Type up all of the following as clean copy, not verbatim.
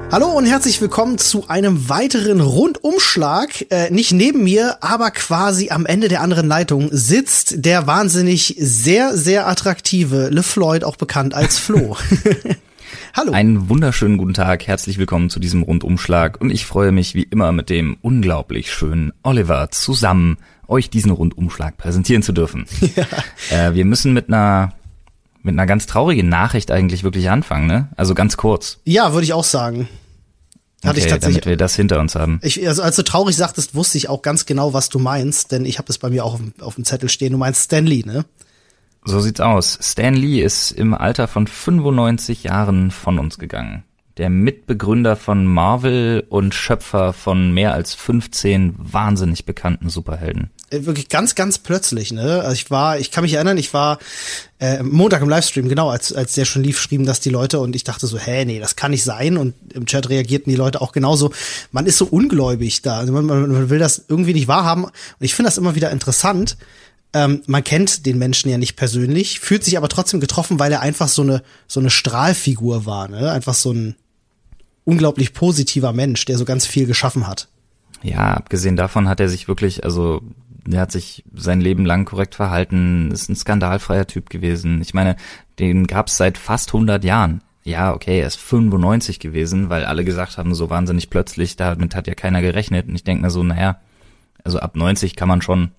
Hallo und herzlich willkommen zu einem weiteren Rundumschlag. Nicht neben mir, aber quasi am Ende der anderen Leitung sitzt der wahnsinnig sehr, sehr attraktive LeFloid, auch bekannt als Flo. Hallo. Einen wunderschönen guten Tag, herzlich willkommen zu diesem Rundumschlag und ich freue mich wie immer mit dem unglaublich schönen Oliver zusammen, euch diesen Rundumschlag präsentieren zu dürfen. Ja. Wir müssen mit einer ganz traurigen Nachricht eigentlich wirklich anfangen, ne? Also ganz kurz. Ja, würde ich auch sagen. Hatte ich tatsächlich, damit wir das hinter uns haben. Also als du traurig sagtest, wusste ich auch ganz genau, was du meinst, denn ich habe es bei mir auch auf dem Zettel stehen. Du meinst Stan Lee, ne? So sieht's aus. Stan Lee ist im Alter von 95 Jahren von uns gegangen. Der Mitbegründer von Marvel und Schöpfer von mehr als 15 wahnsinnig bekannten Superhelden. Wirklich ganz, ganz plötzlich, ne? Also ich kann mich erinnern, ich war Montag im Livestream, genau, als der schon lief, schrieben das die Leute und ich dachte so, nee, das kann nicht sein, und im Chat reagierten die Leute auch genauso. Man ist so ungläubig da, also man will das irgendwie nicht wahrhaben, und ich finde das immer wieder interessant. Man kennt den Menschen ja nicht persönlich, fühlt sich aber trotzdem getroffen, weil er einfach so eine Strahlfigur war, ne? Einfach so ein unglaublich positiver Mensch, der so ganz viel geschaffen hat. Ja, abgesehen davon hat er sich wirklich, also der hat sich sein Leben lang korrekt verhalten, ist ein skandalfreier Typ gewesen. Ich meine, den gab's seit fast 100 Jahren. Ja, okay, er ist 95 gewesen, weil alle gesagt haben, so wahnsinnig plötzlich, damit hat ja keiner gerechnet. Und ich denke mir so, also ab 90 kann man schon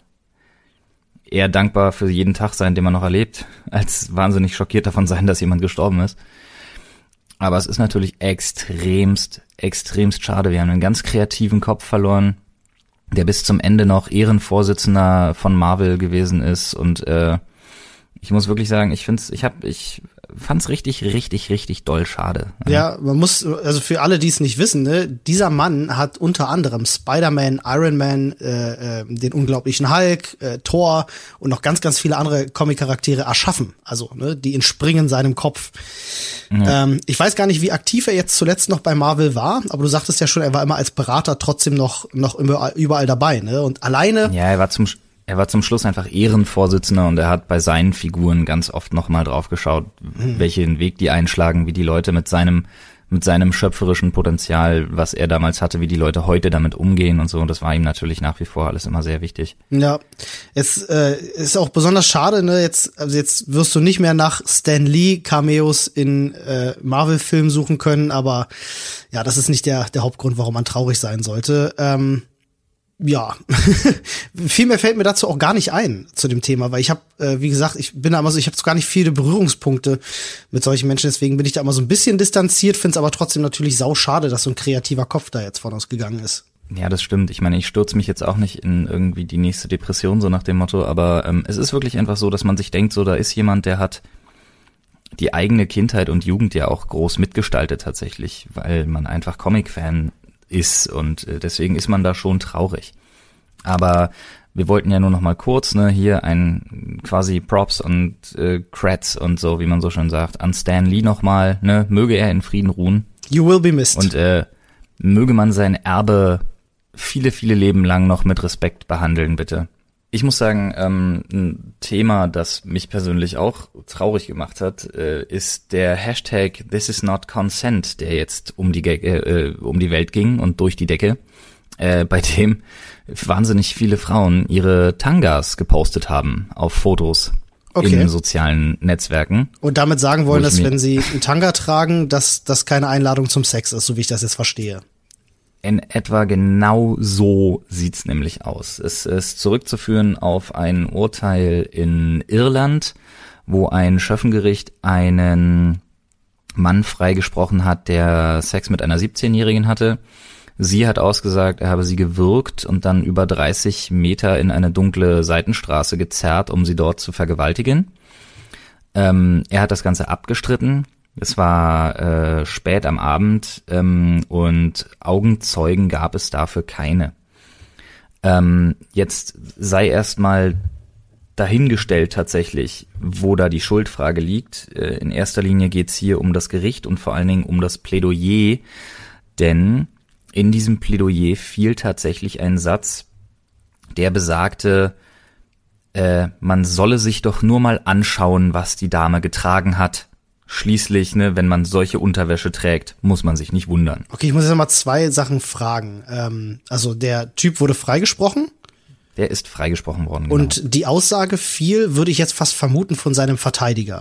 eher dankbar für jeden Tag sein, den man noch erlebt, als wahnsinnig schockiert davon sein, dass jemand gestorben ist. Aber es ist natürlich extremst schade. Wir haben einen ganz kreativen Kopf verloren, der bis zum Ende noch Ehrenvorsitzender von Marvel gewesen ist, und ich muss wirklich sagen, ich fand's richtig doll schade. Ja, man muss, also für alle, die es nicht wissen, ne, dieser Mann hat unter anderem Spider-Man, Iron Man, den unglaublichen Hulk, Thor und noch ganz, ganz viele andere Comic-Charaktere erschaffen. Also, ne, die entspringen seinem Kopf. Ja. Ich weiß gar nicht, wie aktiv er jetzt zuletzt noch bei Marvel war, aber du sagtest ja schon, er war immer als Berater trotzdem noch überall dabei, ne? Und alleine. Ja, er war zum Schluss einfach Ehrenvorsitzender, und er hat bei seinen Figuren ganz oft nochmal drauf geschaut, welchen Weg die einschlagen, wie die Leute mit seinem schöpferischen Potenzial, was er damals hatte, wie die Leute heute damit umgehen und so. Und das war ihm natürlich nach wie vor alles immer sehr wichtig. Ja, es ist auch besonders schade, ne? Jetzt wirst du nicht mehr nach Stan Lee Cameos in Marvel-Filmen suchen können, aber ja, das ist nicht der Hauptgrund, warum man traurig sein sollte. Ja, viel mehr fällt mir dazu auch gar nicht ein zu dem Thema, weil ich habe, wie gesagt, ich habe so gar nicht viele Berührungspunkte mit solchen Menschen, deswegen bin ich da immer so ein bisschen distanziert, finde es aber trotzdem natürlich sauschade, dass so ein kreativer Kopf da jetzt von uns gegangen ist. Ja, das stimmt. Ich meine, ich stürze mich jetzt auch nicht in irgendwie die nächste Depression, so nach dem Motto, aber es ist wirklich einfach so, dass man sich denkt, so, da ist jemand, der hat die eigene Kindheit und Jugend ja auch groß mitgestaltet tatsächlich, weil man einfach Comic-Fan ist, und deswegen ist man da schon traurig. Aber wir wollten ja nur noch mal kurz, ne, hier ein quasi Props und Creds und so, wie man so schön sagt, an Stan Lee noch mal, ne, möge er in Frieden ruhen. You will be missed. Und möge man sein Erbe viele Leben lang noch mit Respekt behandeln, bitte. Ich muss sagen, ein Thema, das mich persönlich auch traurig gemacht hat, ist der Hashtag This is not consent, der jetzt um die Welt ging und durch die Decke, bei dem wahnsinnig viele Frauen ihre Tangas gepostet haben auf Fotos in sozialen Netzwerken. Und damit sagen wollen, dass wenn sie einen Tanga tragen, dass das keine Einladung zum Sex ist, so wie ich das jetzt verstehe. In etwa genau so sieht's nämlich aus. Es ist zurückzuführen auf ein Urteil in Irland, wo ein Schöffengericht einen Mann freigesprochen hat, der Sex mit einer 17-Jährigen hatte. Sie hat ausgesagt, er habe sie gewürgt und dann über 30 Meter in eine dunkle Seitenstraße gezerrt, um sie dort zu vergewaltigen. Er hat das Ganze abgestritten. Es war spät am Abend und Augenzeugen gab es dafür keine. Jetzt sei erstmal dahingestellt tatsächlich, wo da die Schuldfrage liegt. In erster Linie geht's hier um das Gericht und vor allen Dingen um das Plädoyer, denn in diesem Plädoyer fiel tatsächlich ein Satz, der besagte, man solle sich doch nur mal anschauen, was die Dame getragen hat. Schließlich, ne, wenn man solche Unterwäsche trägt, muss man sich nicht wundern. Okay, ich muss jetzt mal 2 Sachen fragen. Also der Typ wurde freigesprochen. Der ist freigesprochen worden. Genau. Und die Aussage fiel, würde ich jetzt fast vermuten, von seinem Verteidiger.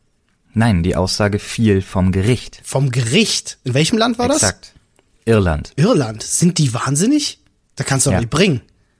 Nein, die Aussage fiel vom Gericht. Vom Gericht? In welchem Land war das? Exakt. Irland. Irland. Sind die wahnsinnig? Da kannst du doch nicht bringen.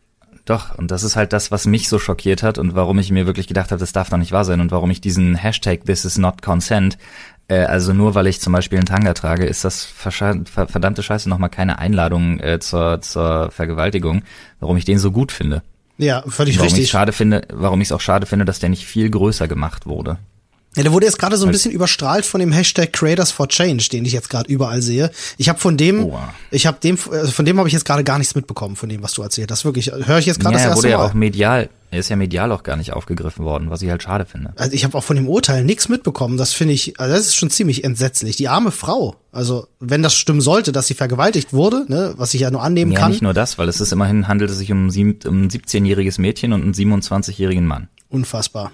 Doch, und das ist halt das, was mich so schockiert hat und warum ich mir wirklich gedacht habe, das darf doch nicht wahr sein und warum ich diesen Hashtag This is not consent, also nur weil ich zum Beispiel einen Tanga trage, ist das verdammte Scheiße nochmal keine Einladung zur Vergewaltigung, warum ich den so gut finde. Ja, völlig richtig. Warum ich es auch schade finde, dass der nicht viel größer gemacht wurde. Ja, der wurde jetzt gerade so ein bisschen überstrahlt von dem Hashtag Creators for Change, den ich jetzt gerade überall sehe. Von dem habe ich jetzt gerade gar nichts mitbekommen, von dem, was du erzählt hast. Wirklich, höre ich jetzt gerade das erste Mal. Er ist ja medial auch gar nicht aufgegriffen worden, was ich halt schade finde. Also ich habe auch von dem Urteil nichts mitbekommen. Das finde ich, also das ist schon ziemlich entsetzlich. Die arme Frau, also wenn das stimmen sollte, dass sie vergewaltigt wurde, ne, was ich ja nur annehmen kann. Ja, nicht nur das, weil handelt es sich um ein 17-jähriges Mädchen und einen 27-jährigen Mann. Unfassbar.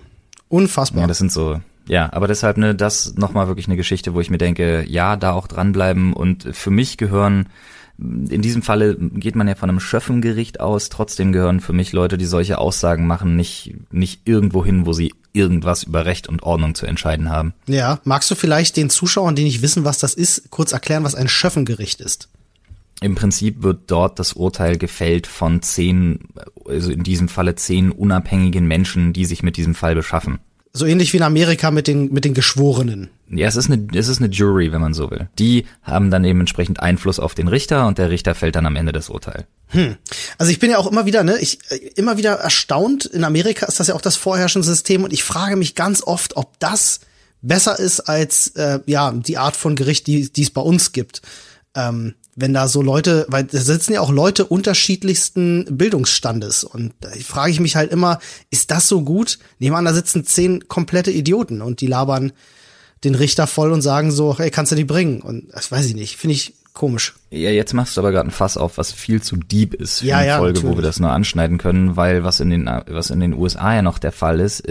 Ja, das sind so. Ja, aber deshalb, ne, das nochmal wirklich eine Geschichte, wo ich mir denke, ja, da auch dranbleiben und für mich gehören, in diesem Falle geht man ja von einem Schöffengericht aus, trotzdem gehören für mich Leute, die solche Aussagen machen, nicht irgendwo hin, wo sie irgendwas über Recht und Ordnung zu entscheiden haben. Ja, magst du vielleicht den Zuschauern, die nicht wissen, was das ist, kurz erklären, was ein Schöffengericht ist? Im Prinzip wird dort das Urteil gefällt von 10, also in diesem Falle 10 unabhängigen Menschen, die sich mit diesem Fall beschaffen. So ähnlich wie in Amerika mit den Geschworenen. Ja, es ist eine Jury, wenn man so will. Die haben dann eben entsprechend Einfluss auf den Richter und der Richter fällt dann am Ende das Urteil. Also ich bin ja auch immer wieder, immer wieder erstaunt. In Amerika ist das ja auch das vorherrschende System und ich frage mich ganz oft, ob das besser ist als die Art von Gericht, die es bei uns gibt. Wenn da so Leute, weil da sitzen ja auch Leute unterschiedlichsten Bildungsstandes und da frage ich mich halt immer, ist das so gut? Nehmen wir an, da sitzen 10 komplette Idioten und die labern den Richter voll und sagen so, hey, kannst du die bringen? Und das weiß ich nicht, finde ich komisch. Ja, jetzt machst du aber gerade ein Fass auf, was viel zu deep ist für eine Folge, natürlich. Wo wir das nur anschneiden können, weil was in den USA ja noch der Fall ist,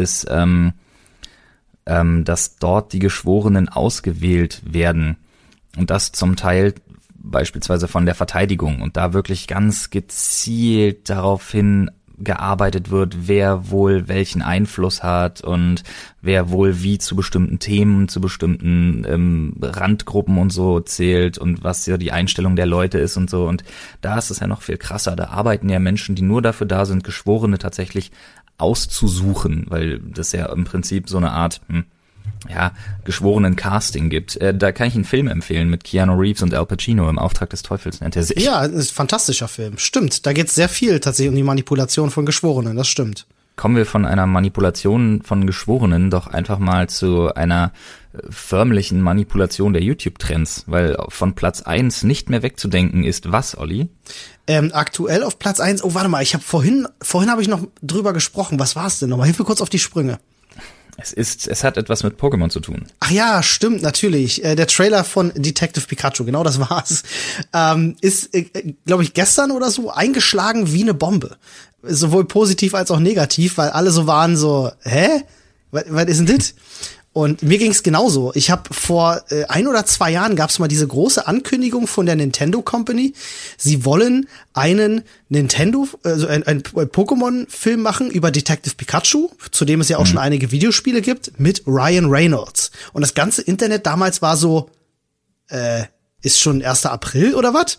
dass dort die Geschworenen ausgewählt werden und das zum Teil beispielsweise von der Verteidigung und da wirklich ganz gezielt darauf hin gearbeitet wird, wer wohl welchen Einfluss hat und wer wohl wie zu bestimmten Themen, zu bestimmten Randgruppen und so zählt und was ja die Einstellung der Leute ist und so. Und da ist es ja noch viel krasser. Da arbeiten ja Menschen, die nur dafür da sind, Geschworene tatsächlich auszusuchen, weil das ja im Prinzip so eine Art geschworenen Casting gibt. Da kann ich einen Film empfehlen mit Keanu Reeves und Al Pacino, Im Auftrag des Teufels nennt er sich. Ja, das ist ein fantastischer Film. Stimmt, da geht es sehr viel tatsächlich um die Manipulation von Geschworenen, das stimmt. Kommen wir von einer Manipulation von Geschworenen doch einfach mal zu einer förmlichen Manipulation der YouTube-Trends, weil von Platz 1 nicht mehr wegzudenken ist was, Olli? Aktuell auf Platz 1, oh warte mal, vorhin habe ich noch drüber gesprochen, was war es denn nochmal? Hilf mir kurz auf die Sprünge. Es hat etwas mit Pokémon zu tun. Ach ja, stimmt, natürlich. Der Trailer von Detective Pikachu, genau das war's. Ist, glaube ich, gestern oder so eingeschlagen wie eine Bombe. Sowohl positiv als auch negativ, weil alle so waren so, hä? Was ist denn das? Und mir ging's genauso. Ich habe vor 1 oder 2 Jahren gab's mal diese große Ankündigung von der Nintendo Company. Sie wollen einen ein Pokémon-Film machen über Detective Pikachu, zu dem es ja auch schon einige Videospiele gibt, mit Ryan Reynolds. Und das ganze Internet damals war so, ist schon 1. April oder was?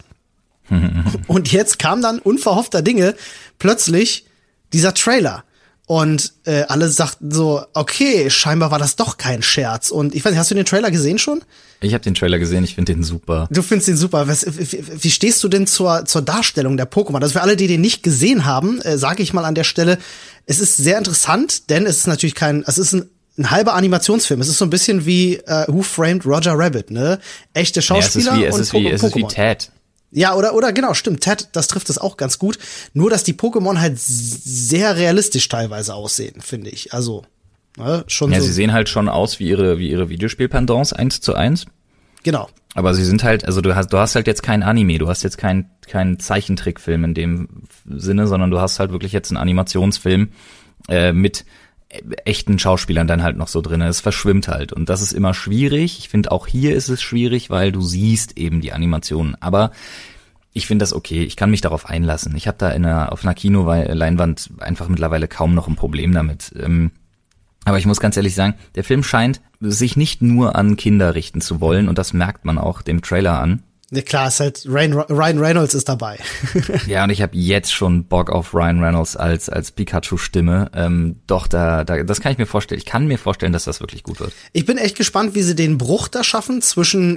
Und jetzt kam dann unverhoffter Dinge plötzlich dieser Trailer. Und alle sagten so, okay, scheinbar war das doch kein Scherz. Und ich weiß nicht, hast du den Trailer gesehen schon? Ich habe den Trailer gesehen, ich finde den super. Du findest den super. Wie stehst du denn zur Darstellung der Pokémon? Also für alle, die den nicht gesehen haben, sage ich mal an der Stelle, es ist sehr interessant, denn es ist natürlich es ist ein halber Animationsfilm. Es ist so ein bisschen wie Who Framed Roger Rabbit, ne? Echte Schauspieler es ist wie Ted. Ja, oder genau, stimmt. Ted, das trifft es auch ganz gut. Nur, dass die Pokémon halt sehr realistisch teilweise aussehen, finde ich. Also, schon so. Ja, sie sehen halt schon aus wie ihre Videospiel-Pendants 1:1. Genau. Aber sie sind halt, also du hast halt jetzt kein Anime, du hast jetzt kein Zeichentrickfilm in dem Sinne, sondern du hast halt wirklich jetzt einen Animationsfilm mit echten Schauspielern dann halt noch so drin. Es verschwimmt halt und das ist immer schwierig. Ich finde auch hier ist es schwierig, weil du siehst eben die Animationen. Aber ich finde das okay. Ich kann mich darauf einlassen. Ich habe da auf einer Kinoleinwand einfach mittlerweile kaum noch ein Problem damit. Aber ich muss ganz ehrlich sagen, der Film scheint sich nicht nur an Kinder richten zu wollen und das merkt man auch dem Trailer an. Ja klar, ist halt Ryan Reynolds ist dabei. Ja, und ich habe jetzt schon Bock auf Ryan Reynolds als Pikachu-Stimme. Das kann ich mir vorstellen. Ich kann mir vorstellen, dass das wirklich gut wird. Ich bin echt gespannt, wie sie den Bruch da schaffen zwischen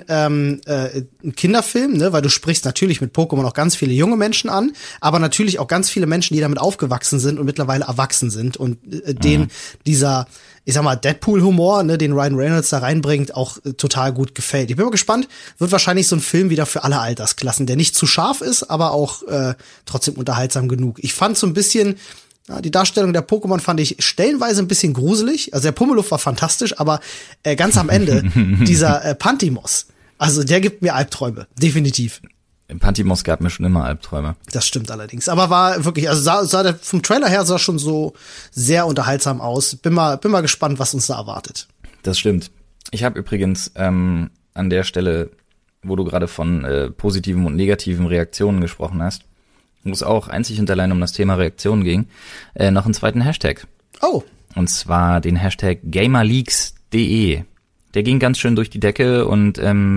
Kinderfilm, ne, weil du sprichst natürlich mit Pokémon auch ganz viele junge Menschen an, aber natürlich auch ganz viele Menschen, die damit aufgewachsen sind und mittlerweile erwachsen sind und denen dieser, ich sag mal, Deadpool-Humor, ne, den Ryan Reynolds da reinbringt, auch total gut gefällt. Ich bin mal gespannt, wird wahrscheinlich so ein Film wieder für alle Altersklassen, der nicht zu scharf ist, aber auch trotzdem unterhaltsam genug. Ich fand so ein bisschen, die Darstellung der Pokémon fand ich stellenweise ein bisschen gruselig. Also der Pummeluff war fantastisch, aber ganz am Ende dieser Pantimos, also der gibt mir Albträume, definitiv. Pantimos gab mir schon immer Albträume. Das stimmt allerdings. Aber war wirklich, also sah der vom Trailer her sah schon so sehr unterhaltsam aus. Bin mal gespannt, was uns da erwartet. Das stimmt. Ich habe übrigens an der Stelle, wo du gerade von positiven und negativen Reaktionen gesprochen hast, wo es auch einzig und allein um das Thema Reaktionen ging, noch einen zweiten Hashtag. Oh. Und zwar den Hashtag gamerleaks.de. Der ging ganz schön durch die Decke und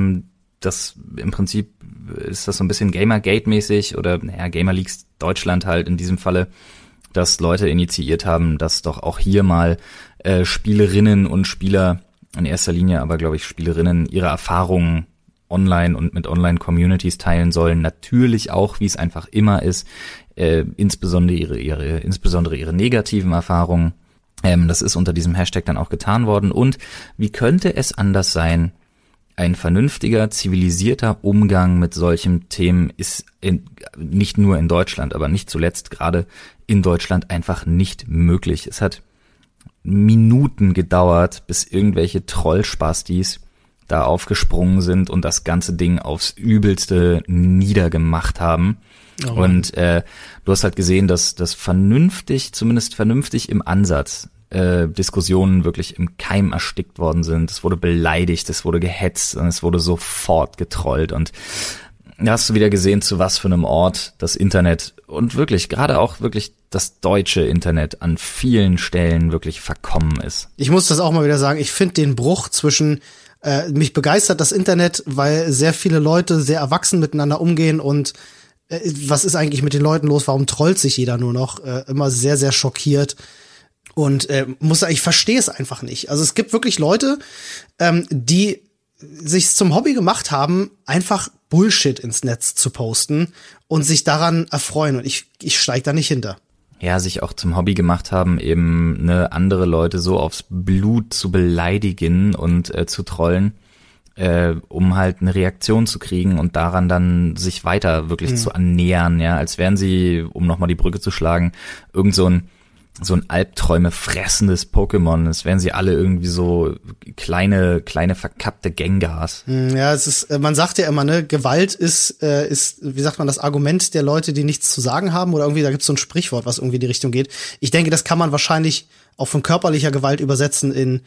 das im Prinzip ist das so ein bisschen Gamergate-mäßig oder Gamerleaks Deutschland halt in diesem Falle, dass Leute initiiert haben, dass doch auch hier mal Spielerinnen und Spieler, in erster Linie aber glaube ich Spielerinnen, ihre Erfahrungen online und mit Online-Communities teilen sollen. Natürlich auch, wie es einfach immer ist, insbesondere ihre negativen Erfahrungen. Das ist unter diesem Hashtag dann auch getan worden. Und wie könnte es anders sein? Ein vernünftiger, zivilisierter Umgang mit solchen Themen ist nicht nur in Deutschland, aber nicht zuletzt gerade in Deutschland einfach nicht möglich. Es hat Minuten gedauert, bis irgendwelche Trollspastis da aufgesprungen sind und das ganze Ding aufs Übelste niedergemacht haben. Oh. Und du hast halt gesehen, dass das zumindest vernünftig im Ansatz Diskussionen wirklich im Keim erstickt worden sind. Es wurde beleidigt, es wurde gehetzt und es wurde sofort getrollt. Und da hast du wieder gesehen, zu was für einem Ort das Internet und wirklich, gerade auch wirklich das deutsche Internet an vielen Stellen wirklich verkommen ist. Ich muss das auch mal wieder sagen, ich finde den Bruch zwischen mich begeistert das Internet, weil sehr viele Leute sehr erwachsen miteinander umgehen und was ist eigentlich mit den Leuten los? Warum trollt sich jeder nur noch? Immer sehr, sehr schockiert. Und ich verstehe es einfach nicht. Also es gibt wirklich Leute, die sich zum Hobby gemacht haben, einfach Bullshit ins Netz zu posten und sich daran erfreuen. Und ich steige da nicht hinter. Ja, sich auch zum Hobby gemacht haben, eben andere Leute so aufs Blut zu beleidigen und zu trollen, um halt eine Reaktion zu kriegen und daran dann sich weiter wirklich zu annähern, ja, als wären sie, um nochmal die Brücke zu schlagen, irgend so ein Albträume fressendes Pokémon. Es wären sie alle irgendwie so kleine verkappte Gengars. Ja, es ist, man sagt ja immer, ne, Gewalt ist, wie sagt man, das Argument der Leute, die nichts zu sagen haben, oder irgendwie, da gibt's so ein Sprichwort, was irgendwie in die Richtung geht. Ich denke, das kann man wahrscheinlich auch von körperlicher Gewalt übersetzen in,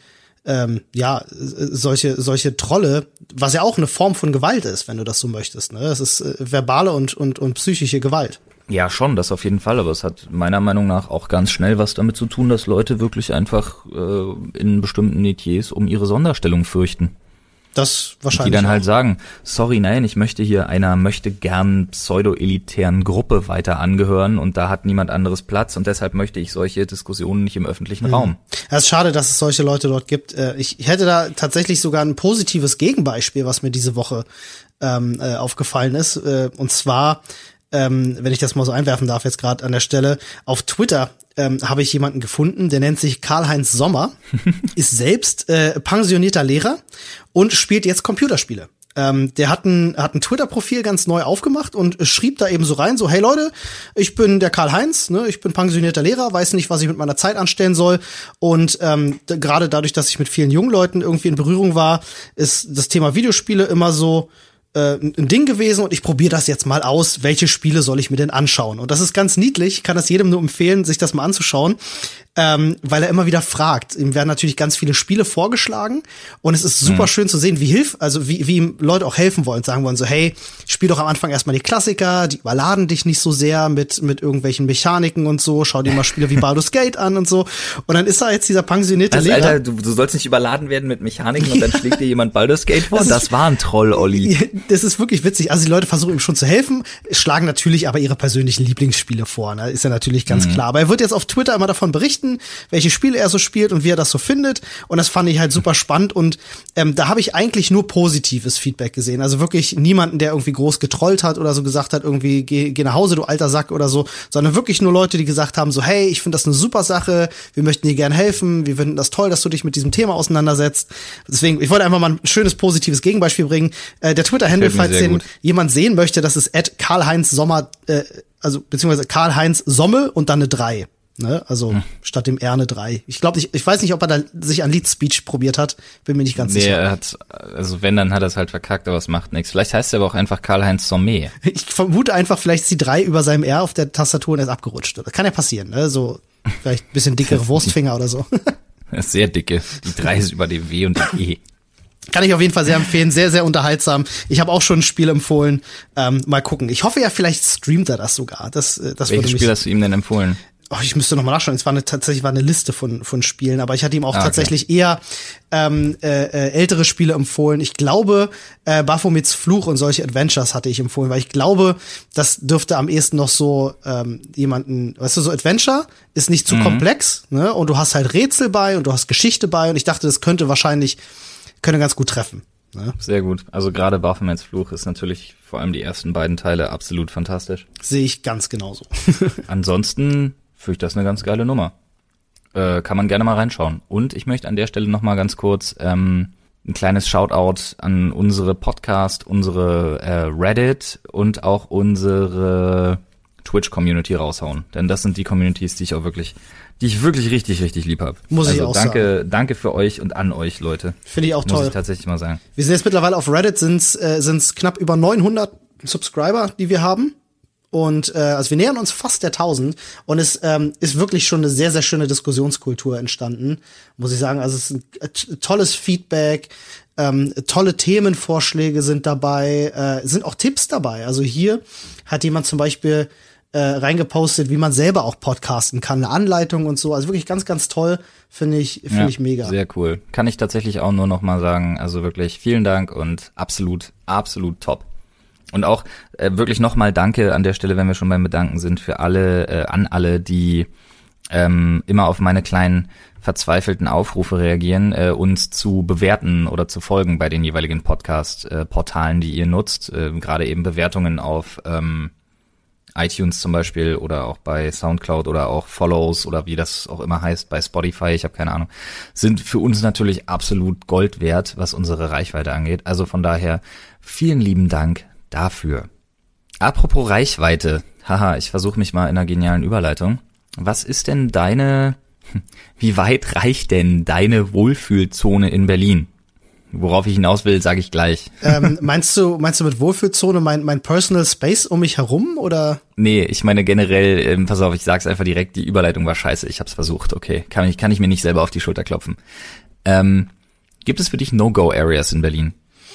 solche Trolle, was ja auch eine Form von Gewalt ist, wenn du das so möchtest, ne? Das ist verbale und psychische Gewalt. Ja, schon, das auf jeden Fall, aber es hat meiner Meinung nach auch ganz schnell was damit zu tun, dass Leute wirklich einfach in bestimmten Metiers um ihre Sonderstellung fürchten. Das wahrscheinlich. Die dann auch halt sagen, sorry, nein, ich möchte hier einer gern pseudo-elitären Gruppe weiter angehören und da hat niemand anderes Platz und deshalb möchte ich solche Diskussionen nicht im öffentlichen Raum. Es ist schade, dass es solche Leute dort gibt. Ich hätte da tatsächlich sogar ein positives Gegenbeispiel, was mir diese Woche aufgefallen ist. Und zwar wenn ich das mal so einwerfen darf jetzt gerade an der Stelle, auf Twitter habe ich jemanden gefunden, der nennt sich Karl-Heinz Sommer, ist selbst pensionierter Lehrer und spielt jetzt Computerspiele. Der hat ein Twitter-Profil ganz neu aufgemacht und schrieb da eben so rein, so, hey Leute, ich bin der Karl-Heinz, ne, ich bin pensionierter Lehrer, weiß nicht, was ich mit meiner Zeit anstellen soll und gerade dadurch, dass ich mit vielen jungen Leuten irgendwie in Berührung war, ist das Thema Videospiele immer so ein Ding gewesen und ich probiere das jetzt mal aus, welche Spiele soll ich mir denn anschauen? Und das ist ganz niedlich, ich kann das jedem nur empfehlen, sich das mal anzuschauen, weil er immer wieder fragt. Ihm werden natürlich ganz viele Spiele vorgeschlagen und es ist super schön zu sehen, wie ihm Leute auch helfen wollen, sagen wollen so, hey, spiel doch am Anfang erstmal die Klassiker, die überladen dich nicht so sehr mit irgendwelchen Mechaniken und so, schau dir mal Spiele wie Baldur's Gate an und so. Und dann ist da jetzt dieser pensionierte Lehrer. Alter, du sollst nicht überladen werden mit Mechaniken und dann schlägt dir jemand Baldur's Gate vor? Das war ein Troll, Olli. Das ist wirklich witzig. Also die Leute versuchen ihm schon zu helfen, schlagen natürlich aber ihre persönlichen Lieblingsspiele vor. Ne? Ist ja natürlich ganz klar. Aber er wird jetzt auf Twitter immer davon berichten, welche Spiele er so spielt und wie er das so findet. Und das fand ich halt super spannend. Und da habe ich eigentlich nur positives Feedback gesehen. Also wirklich niemanden, der irgendwie groß getrollt hat oder so gesagt hat, irgendwie geh nach Hause, du alter Sack oder so. Sondern wirklich nur Leute, die gesagt haben so, hey, ich finde das eine super Sache. Wir möchten dir gerne helfen. Wir finden das toll, dass du dich mit diesem Thema auseinandersetzt. Deswegen, ich wollte einfach mal ein schönes, positives Gegenbeispiel bringen. Der Twitter-Handle, falls den jemand sehen möchte, das ist @Karl-Heinz Sommer, also beziehungsweise Karl-Heinz Somme und dann eine 3. Ne? Also statt dem R eine 3. Ich glaube, ich weiß nicht, ob er da sich an Lead Speech probiert hat. Bin mir nicht ganz sicher. Er hat, also wenn, dann hat er es halt verkackt, aber es macht nichts. Vielleicht heißt er aber auch einfach Karl-Heinz Sommet. Ich vermute einfach, vielleicht ist die 3 über seinem R auf der Tastatur und er ist abgerutscht. Das kann ja passieren, ne? So vielleicht ein bisschen dickere Wurstfinger oder so. Das ist sehr dicke. Die 3 ist über dem W und dem E. Kann ich auf jeden Fall sehr empfehlen, sehr, sehr unterhaltsam. Ich habe auch schon ein Spiel empfohlen. Mal gucken. Ich hoffe ja, vielleicht streamt er das sogar. Welches Spiel hast du ihm denn empfohlen? Oh, ich müsste noch mal nachschauen. Es war tatsächlich eine Liste von Spielen, aber ich hatte ihm auch tatsächlich eher ältere Spiele empfohlen. Ich glaube, Baphomets Fluch und solche Adventures hatte ich empfohlen, weil ich glaube, das dürfte am ehesten noch so jemanden, weißt du, so Adventure ist nicht zu komplex, ne? Und du hast halt Rätsel bei und du hast Geschichte bei und ich dachte, das könnte ganz gut treffen. Ne? Sehr gut. Also gerade Baphomets Fluch ist natürlich vor allem die ersten beiden Teile absolut fantastisch. Sehe ich ganz genauso. Ansonsten finde ich das eine ganz geile Nummer. Kann man gerne mal reinschauen. Und ich möchte an der Stelle noch mal ganz kurz ein kleines Shoutout an unsere Podcast, unsere Reddit und auch unsere Twitch-Community raushauen. Denn das sind die Communities, die ich wirklich richtig, richtig lieb habe. Muss ich auch sagen. Danke für euch und an euch, Leute. Finde ich auch toll. Muss ich tatsächlich mal sagen. Wir sind jetzt mittlerweile auf Reddit, sind's knapp über 900 Subscriber, die wir haben. Und also wir nähern uns fast der 1000 und es ist wirklich schon eine sehr, sehr schöne Diskussionskultur entstanden, muss ich sagen. Also es ist ein tolles Feedback, tolle Themenvorschläge sind dabei, sind auch Tipps dabei. Also hier hat jemand zum Beispiel reingepostet, wie man selber auch podcasten kann, eine Anleitung und so. Also wirklich ganz, ganz toll, finde ich mega. Sehr cool. Kann ich tatsächlich auch nur noch mal sagen. Also wirklich vielen Dank und absolut top. Und auch wirklich nochmal Danke an der Stelle, wenn wir schon beim Bedanken sind, für an alle, die immer auf meine kleinen verzweifelten Aufrufe reagieren, uns zu bewerten oder zu folgen bei den jeweiligen Podcast-Portalen, die ihr nutzt. Gerade eben Bewertungen auf iTunes zum Beispiel oder auch bei Soundcloud oder auch Follows oder wie das auch immer heißt bei Spotify, ich habe keine Ahnung, sind für uns natürlich absolut Gold wert, was unsere Reichweite angeht. Also von daher vielen lieben Dank dafür. Apropos Reichweite, haha, ich versuche mich mal in einer genialen Überleitung. Was ist denn wie weit reicht denn deine Wohlfühlzone in Berlin? Worauf ich hinaus will, sage ich gleich. Meinst du mit Wohlfühlzone mein Personal Space um mich herum, oder? Nee, ich meine generell, pass auf, ich sag's einfach direkt, die Überleitung war scheiße, ich hab's versucht, okay. Kann ich mir nicht selber auf die Schulter klopfen. Gibt es für dich No-Go-Areas in Berlin?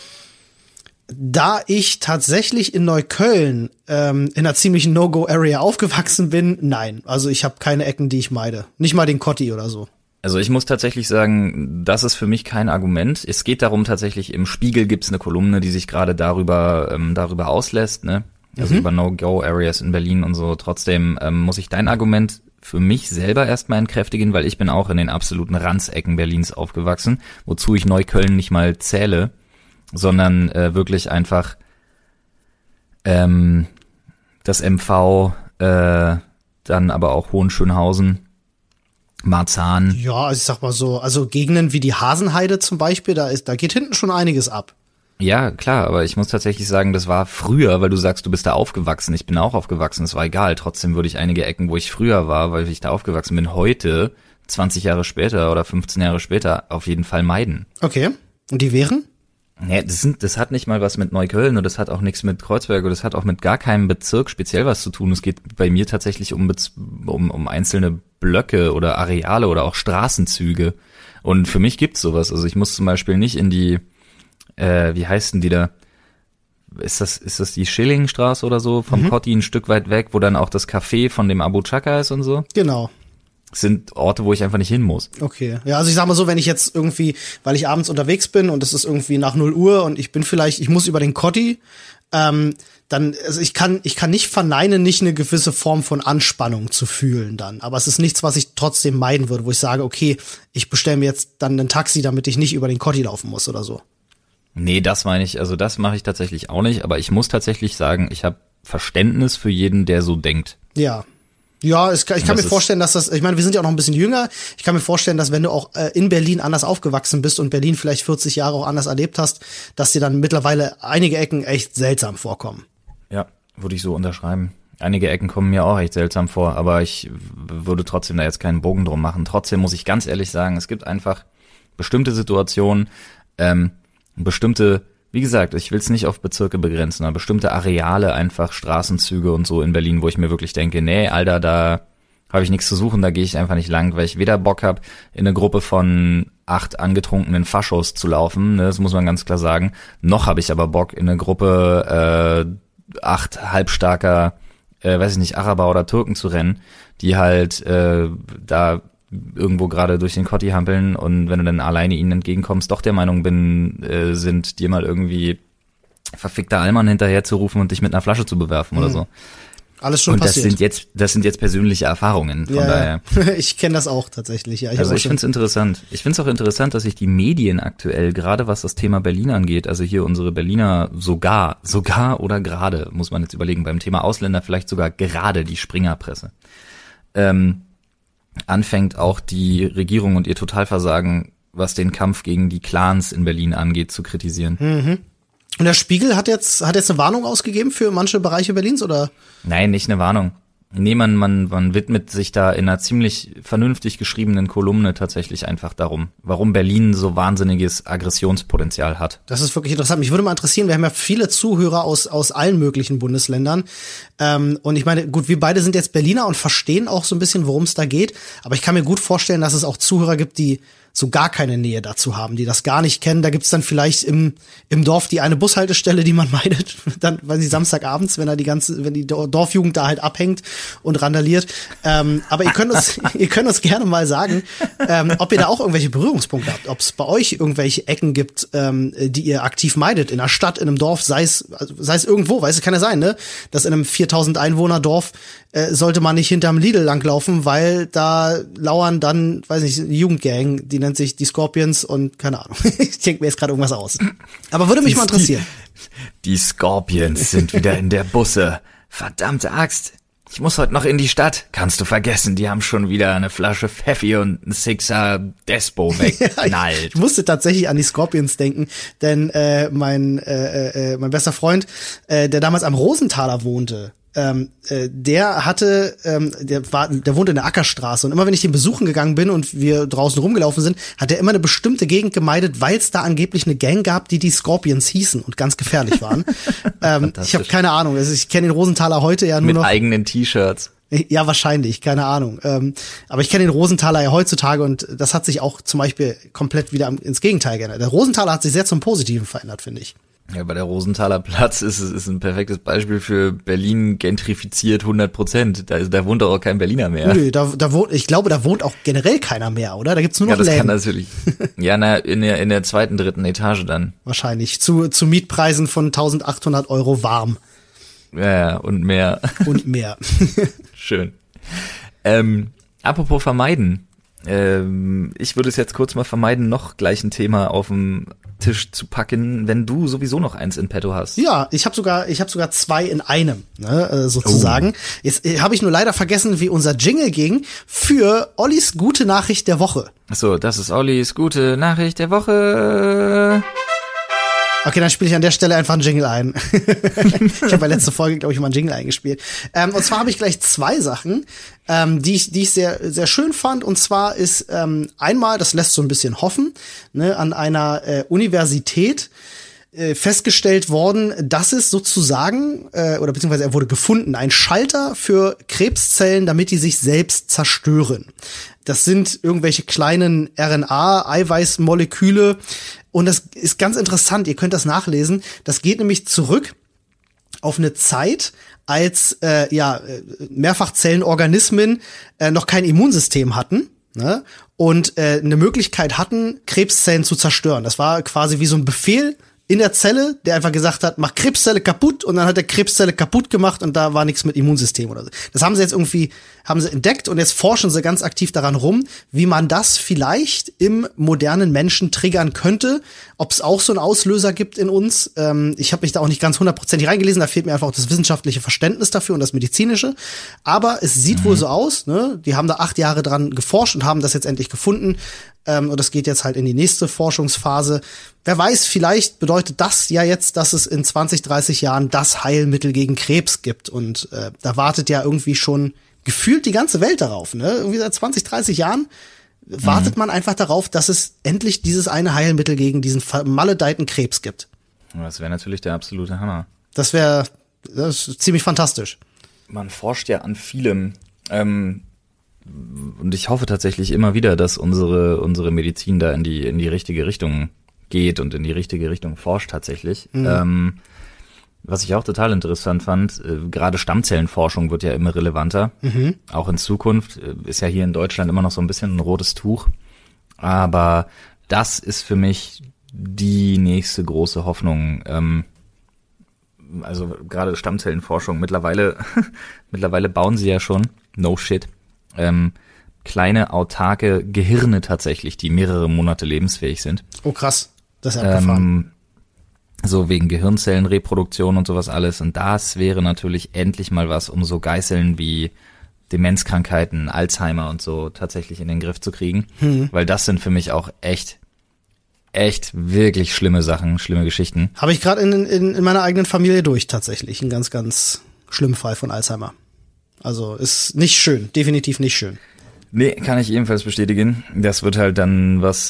Da ich tatsächlich in Neukölln in einer ziemlichen No-Go-Area aufgewachsen bin, nein. Also ich habe keine Ecken, die ich meide. Nicht mal den Kotti oder so. Also ich muss tatsächlich sagen, das ist für mich kein Argument. Es geht darum tatsächlich, im Spiegel gibt's eine Kolumne, die sich gerade darüber auslässt, ne? Also über No-Go-Areas in Berlin und so. Trotzdem muss ich dein Argument für mich selber erstmal entkräftigen, weil ich bin auch in den absoluten Randsecken Berlins aufgewachsen, wozu ich Neukölln nicht mal zähle, sondern wirklich einfach das MV, dann aber auch Hohenschönhausen, Marzahn. Ja, also ich sag mal so, also Gegenden wie die Hasenheide zum Beispiel, da geht hinten schon einiges ab. Ja, klar, aber ich muss tatsächlich sagen, das war früher, weil du sagst, du bist da aufgewachsen. Ich bin auch aufgewachsen, es war egal. Trotzdem würde ich einige Ecken, wo ich früher war, weil ich da aufgewachsen bin, heute, 20 Jahre später oder 15 Jahre später, auf jeden Fall meiden. Okay. Und die wären? Nee, das hat nicht mal was mit Neukölln und das hat auch nichts mit Kreuzberg und das hat auch mit gar keinem Bezirk speziell was zu tun. Es geht bei mir tatsächlich um einzelne Blöcke oder Areale oder auch Straßenzüge. Und für mich gibt's sowas. Also ich muss zum Beispiel nicht in die, wie heißt denn die da? Ist das die Schillingstraße oder so? Vom Kotti ein Stück weit weg, wo dann auch das Café von dem Abu Chaka ist und so? Genau. Sind Orte, wo ich einfach nicht hin muss. Okay. Ja, also ich sag mal so, wenn ich jetzt irgendwie, weil ich abends unterwegs bin und es ist irgendwie nach 0 Uhr und ich muss über den Kotti, dann, also ich kann nicht verneinen, nicht eine gewisse Form von Anspannung zu fühlen dann. Aber es ist nichts, was ich trotzdem meiden würde, wo ich sage, okay, ich bestelle mir jetzt dann ein Taxi, damit ich nicht über den Kotti laufen muss oder so. Nee, das meine ich, also das mache ich tatsächlich auch nicht, aber ich muss tatsächlich sagen, ich habe Verständnis für jeden, der so denkt. Ja. Ja, ich kann mir vorstellen, dass ich meine, wir sind ja auch noch ein bisschen jünger. Ich kann mir vorstellen, dass wenn du auch in Berlin anders aufgewachsen bist und Berlin vielleicht 40 Jahre auch anders erlebt hast, dass dir dann mittlerweile einige Ecken echt seltsam vorkommen. Ja, würde ich so unterschreiben. Einige Ecken kommen mir auch echt seltsam vor, aber ich würde trotzdem da jetzt keinen Bogen drum machen. Trotzdem muss ich ganz ehrlich sagen, es gibt einfach bestimmte Situationen, wie gesagt, ich will es nicht auf Bezirke begrenzen, aber bestimmte Areale, einfach Straßenzüge und so in Berlin, wo ich mir wirklich denke, nee, Alter, da habe ich nichts zu suchen, da gehe ich einfach nicht lang, weil ich weder Bock habe, in eine Gruppe von 8 angetrunkenen Faschos zu laufen, ne, das muss man ganz klar sagen, noch habe ich aber Bock, in eine Gruppe 8 halbstarker, weiß ich nicht, Araber oder Türken zu rennen, die halt da irgendwo gerade durch den Kotti hampeln und wenn du dann alleine ihnen entgegenkommst, doch der Meinung sind, dir mal irgendwie verfickter Allmann hinterher zu rufen und dich mit einer Flasche zu bewerfen oder so. Alles schon und passiert. Das sind jetzt persönliche Erfahrungen, von daher. Ich kenne das auch tatsächlich, ja. Ich finde es interessant. Ich finde es auch interessant, dass sich die Medien aktuell, gerade was das Thema Berlin angeht, also hier unsere Berliner sogar oder gerade, muss man jetzt überlegen, beim Thema Ausländer vielleicht sogar gerade die Springerpresse, anfängt auch die Regierung und ihr Totalversagen, was den Kampf gegen die Clans in Berlin angeht, zu kritisieren. Mhm. Und der Spiegel hat jetzt eine Warnung ausgegeben für manche Bereiche Berlins, oder? Nein, nicht eine Warnung. Nee, man widmet sich da in einer ziemlich vernünftig geschriebenen Kolumne tatsächlich einfach darum, warum Berlin so wahnsinniges Aggressionspotenzial hat. Das ist wirklich interessant. Mich würde mal interessieren, wir haben ja viele Zuhörer aus allen möglichen Bundesländern. Und ich meine, gut, wir beide sind jetzt Berliner und verstehen auch so ein bisschen, worum es da geht. Aber ich kann mir gut vorstellen, dass es auch Zuhörer gibt, die so gar keine Nähe dazu haben, die das gar nicht kennen. Da gibt's dann vielleicht im Dorf die eine Bushaltestelle, die man meidet, dann, weil sie Samstagabends, wenn die Dorfjugend da halt abhängt und randaliert. Aber ihr könnt uns gerne mal sagen, ob ihr da auch irgendwelche Berührungspunkte habt, ob es bei euch irgendwelche Ecken gibt, die ihr aktiv meidet, in einer Stadt, in einem Dorf, sei es irgendwo, weiß es kann ja sein, ne, dass in einem 4000 Einwohner Dorf sollte man nicht hinterm Lidl langlaufen, weil da lauern dann, weiß nicht, eine Jugendgang, die nennt sich die Scorpions und keine Ahnung. Ich denke mir jetzt gerade irgendwas aus. Aber würde mich mal interessieren. Die Scorpions sind wieder in der Busse. Verdammte Axt. Ich muss heute noch in die Stadt. Kannst du vergessen, die haben schon wieder eine Flasche Pfeffi und einen Sixer Despo wegknallt. Ich musste tatsächlich an die Scorpions denken, denn mein bester Freund, der damals am Rosenthaler wohnte, der wohnte in der Ackerstraße und immer wenn ich den besuchen gegangen bin und wir draußen rumgelaufen sind, hat er immer eine bestimmte Gegend gemeidet, weil es da angeblich eine Gang gab, die Scorpions hießen und ganz gefährlich waren. Ich habe keine Ahnung, also ich kenne den Rosenthaler heute ja nur mit noch. Mit eigenen T-Shirts. Ja, wahrscheinlich, keine Ahnung. Aber ich kenne den Rosenthaler ja heutzutage und das hat sich auch zum Beispiel komplett wieder ins Gegenteil geändert. Der Rosenthaler hat sich sehr zum Positiven verändert, finde ich. Ja, bei der Rosenthaler Platz ist ein perfektes Beispiel für Berlin gentrifiziert 100%. Da wohnt doch auch kein Berliner mehr. Nö, ich glaube, da wohnt auch generell keiner mehr, oder? Da gibt's nur noch Läden. Ja, das kann natürlich. Ja, in der 2., 3. Etage dann. Wahrscheinlich. Zu Mietpreisen von 1.800 € warm. Ja, und mehr. Und mehr. Schön. Apropos vermeiden. Ich würde es jetzt kurz mal vermeiden, noch gleich ein Thema auf dem Tisch zu packen, wenn du sowieso noch eins in petto hast. Ja, ich habe sogar 2 in einem, ne, sozusagen. Jetzt habe ich nur leider vergessen, wie unser Jingle ging für Ollis gute Nachricht der Woche. Achso, das ist Ollis gute Nachricht der Woche. Okay, dann spiele ich an der Stelle einfach einen Jingle ein. Ich habe bei letzter Folge, glaube ich, mal einen Jingle eingespielt. Und zwar habe ich gleich 2 Sachen, die ich sehr, sehr schön fand. Und zwar ist einmal, das lässt so ein bisschen hoffen, ne, an einer Universität festgestellt worden, dass es sozusagen, oder beziehungsweise er wurde gefunden, ein Schalter für Krebszellen, damit die sich selbst zerstören. Das sind irgendwelche kleinen RNA-Eiweißmoleküle und das ist ganz interessant, ihr könnt das nachlesen. Das geht nämlich zurück auf eine Zeit, als Mehrfachzellenorganismen noch kein Immunsystem hatten, ne? Und eine Möglichkeit hatten, Krebszellen zu zerstören. Das war quasi wie so ein Befehl in der Zelle, der einfach gesagt hat, mach Krebszelle kaputt, und dann hat er Krebszelle kaputt gemacht und da war nichts mit Immunsystem oder so. Das haben sie jetzt irgendwie, entdeckt und jetzt forschen sie ganz aktiv daran rum, wie man das vielleicht im modernen Menschen triggern könnte, ob es auch so einen Auslöser gibt in uns. Ich habe mich da auch nicht ganz 100% reingelesen, da fehlt mir einfach auch das wissenschaftliche Verständnis dafür und das medizinische. Aber es sieht wohl so aus, ne? Die haben da 8 Jahre dran geforscht und haben das jetzt endlich gefunden. Und das geht jetzt halt in die nächste Forschungsphase. Wer weiß, vielleicht bedeutet das ja jetzt, dass es in 20, 30 Jahren das Heilmittel gegen Krebs gibt. Und da wartet ja irgendwie schon gefühlt die ganze Welt darauf. Ne? Irgendwie seit 20, 30 Jahren wartet man einfach darauf, dass es endlich dieses eine Heilmittel gegen diesen vermaledeiten Krebs gibt. Das wäre natürlich der absolute Hammer. Das ist ziemlich fantastisch. Man forscht ja an vielem. Und ich hoffe tatsächlich immer wieder, dass unsere Medizin da in die richtige Richtung geht und in die richtige Richtung forscht tatsächlich. Was ich auch total interessant fand, gerade Stammzellenforschung wird ja immer relevanter. Auch in Zukunft ist ja hier in Deutschland immer noch so ein bisschen ein rotes Tuch. Aber das ist für mich die nächste große Hoffnung. Also gerade Stammzellenforschung, mittlerweile bauen sie ja schon, no shit, kleine autarke Gehirne tatsächlich, die mehrere Monate lebensfähig sind. Oh krass, das ist abgefahren. So wegen Gehirnzellenreproduktion und sowas alles. Und das wäre natürlich endlich mal was, um so Geißeln wie Demenzkrankheiten, Alzheimer und so tatsächlich in den Griff zu kriegen. Weil das sind für mich auch echt wirklich schlimme Sachen, schlimme Geschichten. Habe ich gerade in meiner eigenen Familie durch tatsächlich. Ein ganz, ganz schlimmen Fall von Alzheimer. Also ist nicht schön, definitiv nicht schön. Nee, kann ich ebenfalls bestätigen. Das wird halt dann was,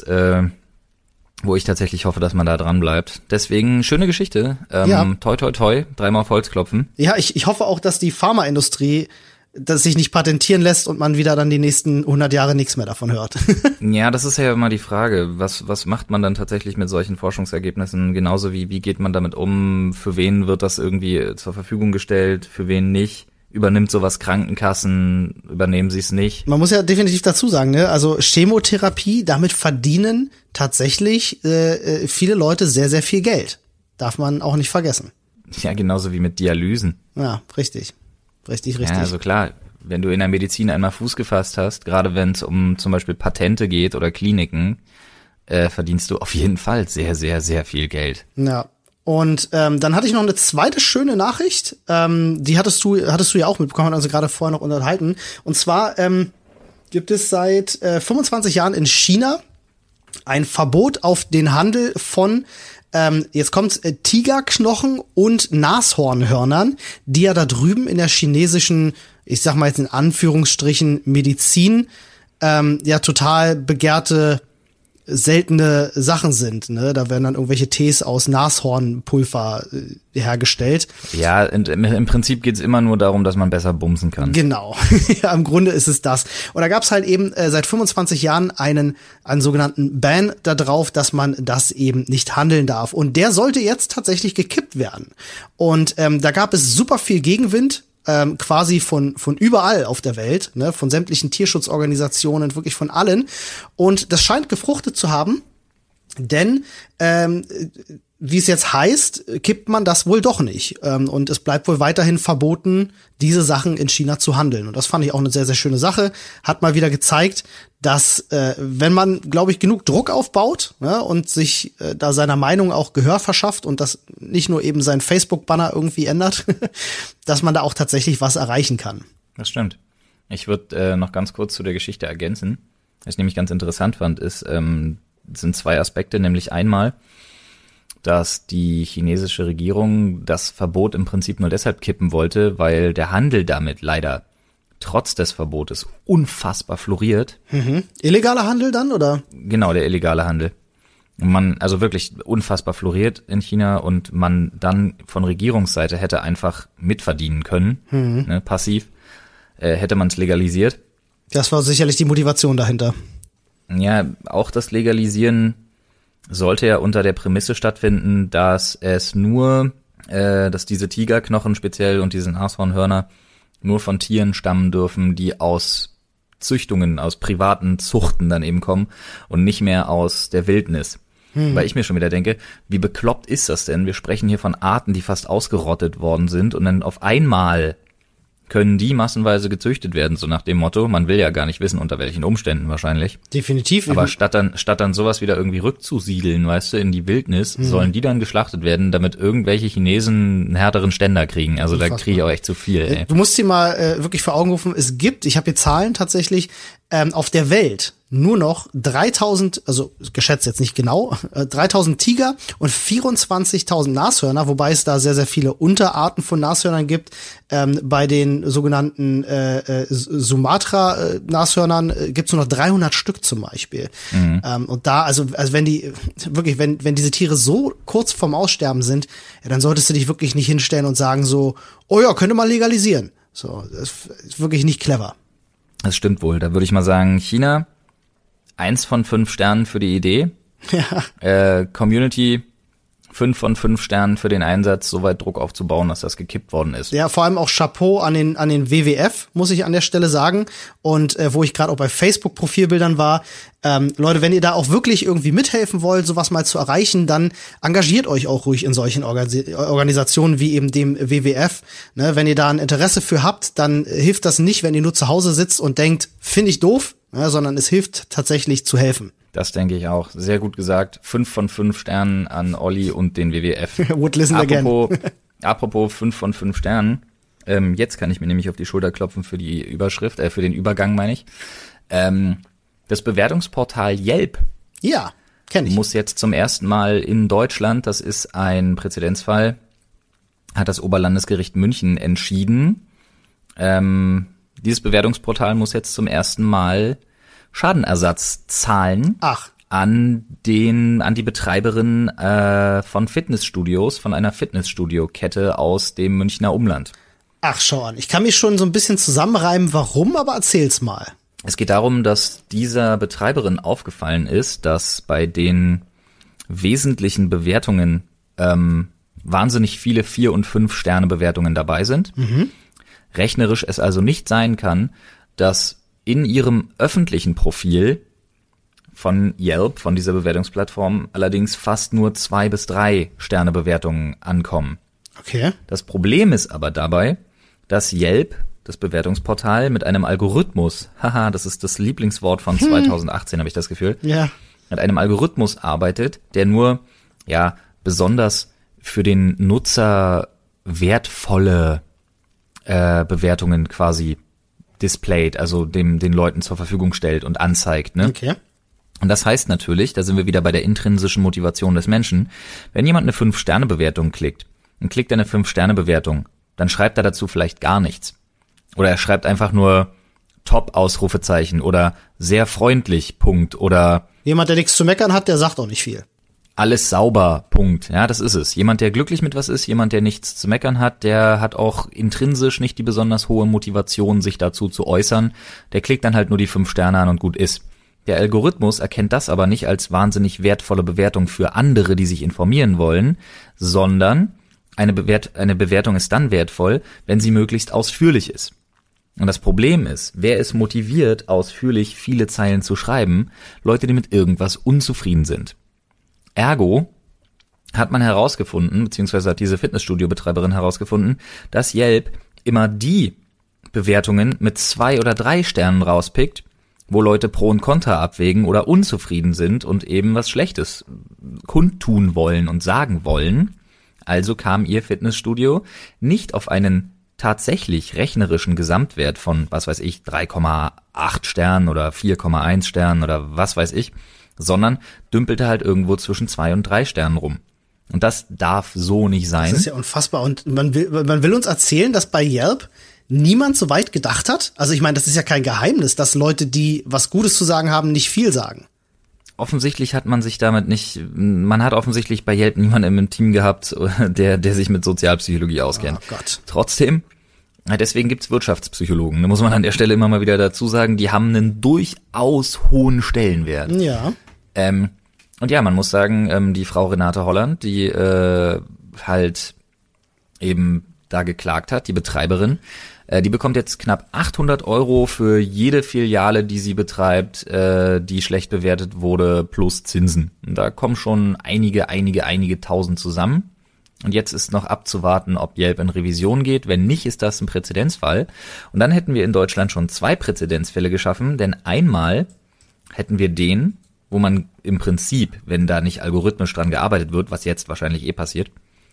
wo ich tatsächlich hoffe, dass man da dran bleibt. Deswegen, schöne Geschichte. Toi, toi, toi, 3-mal auf Holz klopfen. Ja, ich hoffe auch, dass die Pharmaindustrie das sich nicht patentieren lässt und man wieder dann die nächsten 100 Jahre nichts mehr davon hört. Ja, das ist ja immer die Frage. Was macht man dann tatsächlich mit solchen Forschungsergebnissen? Genauso wie geht man damit um? Für wen wird das irgendwie zur Verfügung gestellt? Für wen nicht? Übernimmt sowas Krankenkassen? Übernehmen sie es nicht? Man muss ja definitiv dazu sagen, ne? Also Chemotherapie, damit verdienen tatsächlich viele Leute sehr, sehr viel Geld. Darf man auch nicht vergessen. Ja, genauso wie mit Dialysen. Ja, richtig. Richtig. Ja, also klar, wenn du in der Medizin einmal Fuß gefasst hast, gerade wenn es um zum Beispiel Patente geht oder Kliniken, verdienst du auf jeden Fall sehr, sehr, sehr viel Geld. Ja. Und dann hatte ich noch eine zweite schöne Nachricht, die hattest du ja auch mitbekommen, haben wir uns gerade vorher noch unterhalten. Und zwar gibt es seit 25 Jahren in China ein Verbot auf den Handel von jetzt kommt's, Tigerknochen und Nashornhörnern, die ja da drüben in der chinesischen, ich sag mal jetzt in Anführungsstrichen, Medizin ja total begehrte, seltene Sachen sind, ne? Da werden dann irgendwelche Tees aus Nashornpulver hergestellt. Ja, im Prinzip geht's immer nur darum, dass man besser bumsen kann. Genau, ja, im Grunde ist es das. Und da gab's halt eben seit 25 Jahren einen sogenannten Ban da drauf, dass man das eben nicht handeln darf. Und der sollte jetzt tatsächlich gekippt werden. Und da gab es super viel Gegenwind. Quasi von überall auf der Welt, ne, von sämtlichen Tierschutzorganisationen, wirklich von allen. Und das scheint gefruchtet zu haben, denn wie es jetzt heißt, kippt man das wohl doch nicht. Und es bleibt wohl weiterhin verboten, diese Sachen in China zu handeln. Und das fand ich auch eine sehr, sehr schöne Sache. Hat mal wieder gezeigt, dass wenn man, glaube ich, genug Druck aufbaut, ne, und sich da seiner Meinung auch Gehör verschafft und das nicht nur eben sein Facebook-Banner irgendwie ändert, dass man da auch tatsächlich was erreichen kann. Das stimmt. Ich würde noch ganz kurz zu der Geschichte ergänzen. Was ich nämlich ganz interessant fand, sind 2 Aspekte, nämlich einmal, dass die chinesische Regierung das Verbot im Prinzip nur deshalb kippen wollte, weil der Handel damit leider trotz des Verbotes unfassbar floriert. Illegaler Handel dann, oder? Genau, der illegale Handel. Man, also wirklich unfassbar floriert in China und man dann von Regierungsseite hätte einfach mitverdienen können, ne, passiv, hätte man es legalisiert. Das war sicherlich die Motivation dahinter. Ja, auch das Legalisieren sollte ja unter der Prämisse stattfinden, dass es nur, dass diese Tigerknochen speziell und diese Nashornhörner nur von Tieren stammen dürfen, die aus Züchtungen, aus privaten Zuchten dann eben kommen und nicht mehr aus der Wildnis. Weil ich mir schon wieder denke, wie bekloppt ist das denn? Wir sprechen hier von Arten, die fast ausgerottet worden sind und dann auf einmal können die massenweise gezüchtet werden, so nach dem Motto, man will ja gar nicht wissen, unter welchen Umständen wahrscheinlich. Definitiv. Aber statt dann sowas wieder irgendwie rückzusiedeln, weißt du, in die Wildnis, sollen die dann geschlachtet werden, damit irgendwelche Chinesen einen härteren Ständer kriegen. Also da kriege ich auch echt zu viel, ey. Du musst dir mal wirklich vor Augen rufen, es gibt, ich habe hier Zahlen tatsächlich, auf der Welt nur noch 3000, also geschätzt jetzt nicht genau, 3000 Tiger und 24.000 Nashörner, wobei es da sehr, sehr viele Unterarten von Nashörnern gibt. Bei den sogenannten Sumatra-Nashörnern gibt's nur noch 300 Stück zum Beispiel. Und da, also wenn die, wirklich, wenn diese Tiere so kurz vorm Aussterben sind, ja, dann solltest du dich wirklich nicht hinstellen und sagen so, oh ja, könnte man legalisieren. So, das ist wirklich nicht clever. Das stimmt wohl. Da würde ich mal sagen, China, 1 von 5 Sternen für die Idee. Ja. Community, 5 von 5 Sternen für den Einsatz, so weit Druck aufzubauen, dass das gekippt worden ist. Ja, vor allem auch Chapeau an den WWF, muss ich an der Stelle sagen. Und wo ich gerade auch bei Facebook-Profilbildern war, Leute, wenn ihr da auch wirklich irgendwie mithelfen wollt, sowas mal zu erreichen, dann engagiert euch auch ruhig in solchen Organisationen wie eben dem WWF. Ne, wenn ihr da ein Interesse für habt, dann hilft das nicht, wenn ihr nur zu Hause sitzt und denkt, finde ich doof, ne, sondern es hilft tatsächlich zu helfen. Das denke ich auch. Sehr gut gesagt. 5 von 5 Sternen an Olli und den WWF. Would listen again. Apropos 5 von 5 Sternen. Jetzt kann ich mir nämlich auf die Schulter klopfen für die Überschrift, für den Übergang meine ich. Das Bewertungsportal Yelp. Ja, kenne ich. Muss jetzt zum ersten Mal in Deutschland, das ist ein Präzedenzfall, hat das Oberlandesgericht München entschieden. Dieses Bewertungsportal muss jetzt zum ersten Mal Schadenersatz zahlen an die Betreiberin von Fitnessstudios, von einer Fitnessstudio-Kette aus dem Münchner Umland. Ach, schau an. Ich kann mich schon so ein bisschen zusammenreimen, warum, aber erzähl's mal. Es geht darum, dass dieser Betreiberin aufgefallen ist, dass bei den wesentlichen Bewertungen wahnsinnig viele 4- und 5-Sterne-Bewertungen dabei sind. Rechnerisch es also nicht sein kann, dass in ihrem öffentlichen Profil von Yelp, von dieser Bewertungsplattform, allerdings fast nur 2- bis 3-Sterne-Bewertungen ankommen. Okay. Das Problem ist aber dabei, dass Yelp, das Bewertungsportal, mit einem Algorithmus, haha, das ist das Lieblingswort von 2018, habe ich das Gefühl, ja, mit einem Algorithmus arbeitet, der nur, ja, besonders für den Nutzer wertvolle Bewertungen quasi displayt, also den Leuten zur Verfügung stellt und anzeigt, ne? Okay. Und das heißt natürlich, da sind wir wieder bei der intrinsischen Motivation des Menschen, wenn jemand eine 5-Sterne-Bewertung klickt und klickt eine 5-Sterne-Bewertung, dann schreibt er dazu vielleicht gar nichts. Oder er schreibt einfach nur Top-Ausrufezeichen oder sehr freundlich, Punkt, oder jemand, der nichts zu meckern hat, der sagt auch nicht viel. Alles sauber, Punkt. Ja, das ist es. Jemand, der glücklich mit was ist, jemand, der nichts zu meckern hat, der hat auch intrinsisch nicht die besonders hohe Motivation, sich dazu zu äußern. Der klickt dann halt nur die 5 Sterne an und gut ist. Der Algorithmus erkennt das aber nicht als wahnsinnig wertvolle Bewertung für andere, die sich informieren wollen, sondern eine Bewertung ist dann wertvoll, wenn sie möglichst ausführlich ist. Und das Problem ist, wer ist motiviert, ausführlich viele Zeilen zu schreiben? Leute, die mit irgendwas unzufrieden sind. Ergo hat man herausgefunden, beziehungsweise hat diese Fitnessstudio-Betreiberin herausgefunden, dass Yelp immer die Bewertungen mit 2 oder 3 Sternen rauspickt, wo Leute Pro und Contra abwägen oder unzufrieden sind und eben was Schlechtes kundtun wollen und sagen wollen. Also kam ihr Fitnessstudio nicht auf einen tatsächlich rechnerischen Gesamtwert von, was weiß ich, 3,8 Sternen oder 4,1 Sternen oder was weiß ich, sondern dümpelte halt irgendwo zwischen 2 und 3 Sternen rum. Und das darf so nicht sein. Das ist ja unfassbar. Und man will uns erzählen, dass bei Yelp niemand so weit gedacht hat. Also ich meine, das ist ja kein Geheimnis, dass Leute, die was Gutes zu sagen haben, nicht viel sagen. offensichtlich hat man sich damit nicht, man hat offensichtlich bei Yelp niemanden im Team gehabt, der sich mit Sozialpsychologie auskennt. Oh Gott. Trotzdem, deswegen gibt's Wirtschaftspsychologen. Da muss man an der Stelle immer mal wieder dazu sagen, die haben einen durchaus hohen Stellenwert. Ja. Und ja, man muss sagen, die Frau Renate Holland, die halt eben da geklagt hat, die Betreiberin, die bekommt jetzt knapp 800 € für jede Filiale, die sie betreibt, die schlecht bewertet wurde, plus Zinsen. Und da kommen schon einige tausend zusammen. Und jetzt ist noch abzuwarten, ob Yelp in Revision geht. Wenn nicht, ist das ein Präzedenzfall. Und dann hätten wir in Deutschland schon 2 Präzedenzfälle geschaffen, denn einmal hätten wir den, wo man im Prinzip, wenn da nicht algorithmisch dran gearbeitet wird, was jetzt wahrscheinlich passiert,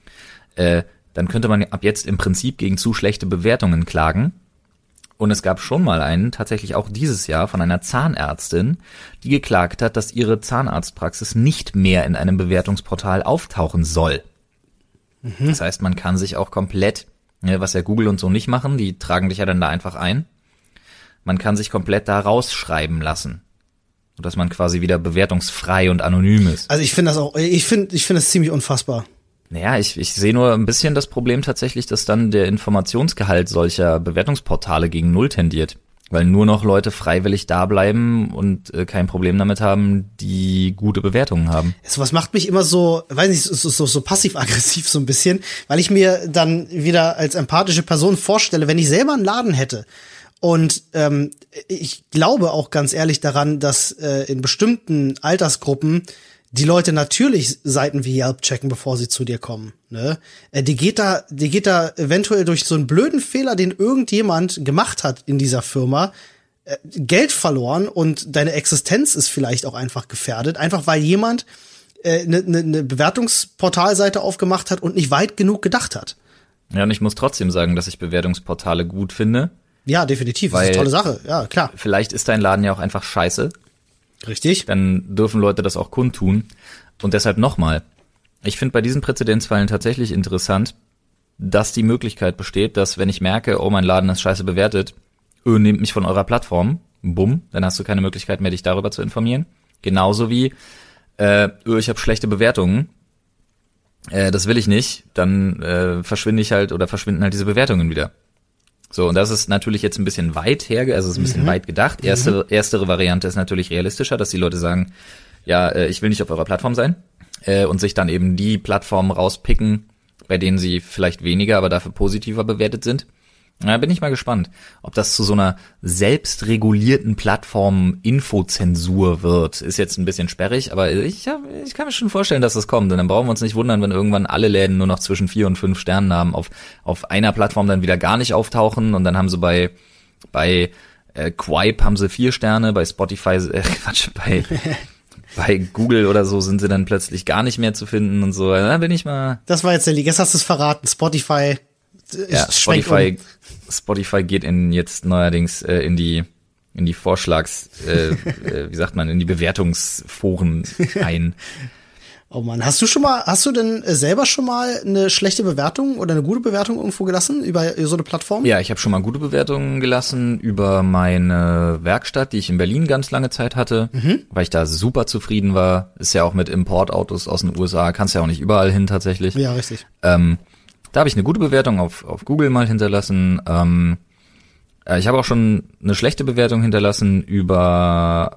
dann könnte man ab jetzt im Prinzip gegen zu schlechte Bewertungen klagen. Und es gab schon mal einen, tatsächlich auch dieses Jahr, von einer Zahnärztin, die geklagt hat, dass ihre Zahnarztpraxis nicht mehr in einem Bewertungsportal auftauchen soll. Mhm. Das heißt, man kann sich auch komplett, was ja Google und so nicht machen, die tragen dich ja dann da einfach ein, man kann sich komplett da rausschreiben lassen. Sodass man quasi wieder bewertungsfrei und anonym ist. Also ich finde das auch, ich finde das ziemlich unfassbar. Naja, ich sehe nur ein bisschen das Problem tatsächlich, dass dann der Informationsgehalt solcher Bewertungsportale gegen Null tendiert. Weil nur noch Leute freiwillig da bleiben und kein Problem damit haben, die gute Bewertungen haben. Was macht mich immer so, weiß nicht, so passiv-aggressiv so ein bisschen, weil ich mir dann wieder als empathische Person vorstelle, wenn ich selber einen Laden hätte. Und ich glaube auch ganz ehrlich daran, dass in bestimmten Altersgruppen die Leute natürlich Seiten wie Yelp checken, bevor sie zu dir kommen. Ne? Die geht da eventuell durch so einen blöden Fehler, den irgendjemand gemacht hat in dieser Firma, Geld verloren und deine Existenz ist vielleicht auch einfach gefährdet, einfach weil jemand eine Bewertungsportalseite aufgemacht hat und nicht weit genug gedacht hat. Ja, und ich muss trotzdem sagen, dass ich Bewertungsportale gut finde. Ja, definitiv. Das ist eine tolle Sache. Ja, klar. Vielleicht ist dein Laden ja auch einfach scheiße. Richtig. Dann dürfen Leute das auch kundtun. Und deshalb nochmal. Ich finde bei diesen Präzedenzfällen tatsächlich interessant, dass die Möglichkeit besteht, dass wenn ich merke, oh, mein Laden ist scheiße bewertet, nehmt mich von eurer Plattform, bumm, dann hast du keine Möglichkeit mehr, dich darüber zu informieren. Genauso wie, ich habe schlechte Bewertungen, das will ich nicht, dann verschwinden halt diese Bewertungen wieder. So, und das ist natürlich jetzt ein bisschen weit her, also ist ein bisschen weit gedacht. Erstere Variante ist natürlich realistischer, dass die Leute sagen, ja, ich will nicht auf eurer Plattform sein, und sich dann eben die Plattformen rauspicken, bei denen sie vielleicht weniger, aber dafür positiver bewertet sind. Da bin ich mal gespannt, ob das zu so einer selbstregulierten Plattform-Infozensur wird. Ist jetzt ein bisschen sperrig, aber ich kann mir schon vorstellen, dass das kommt. Und dann brauchen wir uns nicht wundern, wenn irgendwann alle Läden nur noch zwischen 4 und 5 Sternen haben, auf einer Plattform dann wieder gar nicht auftauchen. Und dann haben sie bei Quipe haben sie 4 Sterne, bei Spotify, bei Google oder so sind sie dann plötzlich gar nicht mehr zu finden und so. Da bin ich mal. Das war jetzt der Leak. Jetzt hast du es verraten. Spotify. Ja, Spotify geht jetzt neuerdings in die Vorschlags, wie sagt man, in die Bewertungsforen ein. Oh Mann, hast du denn selber schon mal eine schlechte Bewertung oder eine gute Bewertung irgendwo gelassen über so eine Plattform? Ja, ich habe schon mal gute Bewertungen gelassen über meine Werkstatt, die ich in Berlin ganz lange Zeit hatte, weil ich da super zufrieden war. Ist ja auch mit Importautos aus den USA, kannst ja auch nicht überall hin tatsächlich. Ja, richtig. Da habe ich eine gute Bewertung auf Google mal hinterlassen. Ich habe auch schon eine schlechte Bewertung hinterlassen über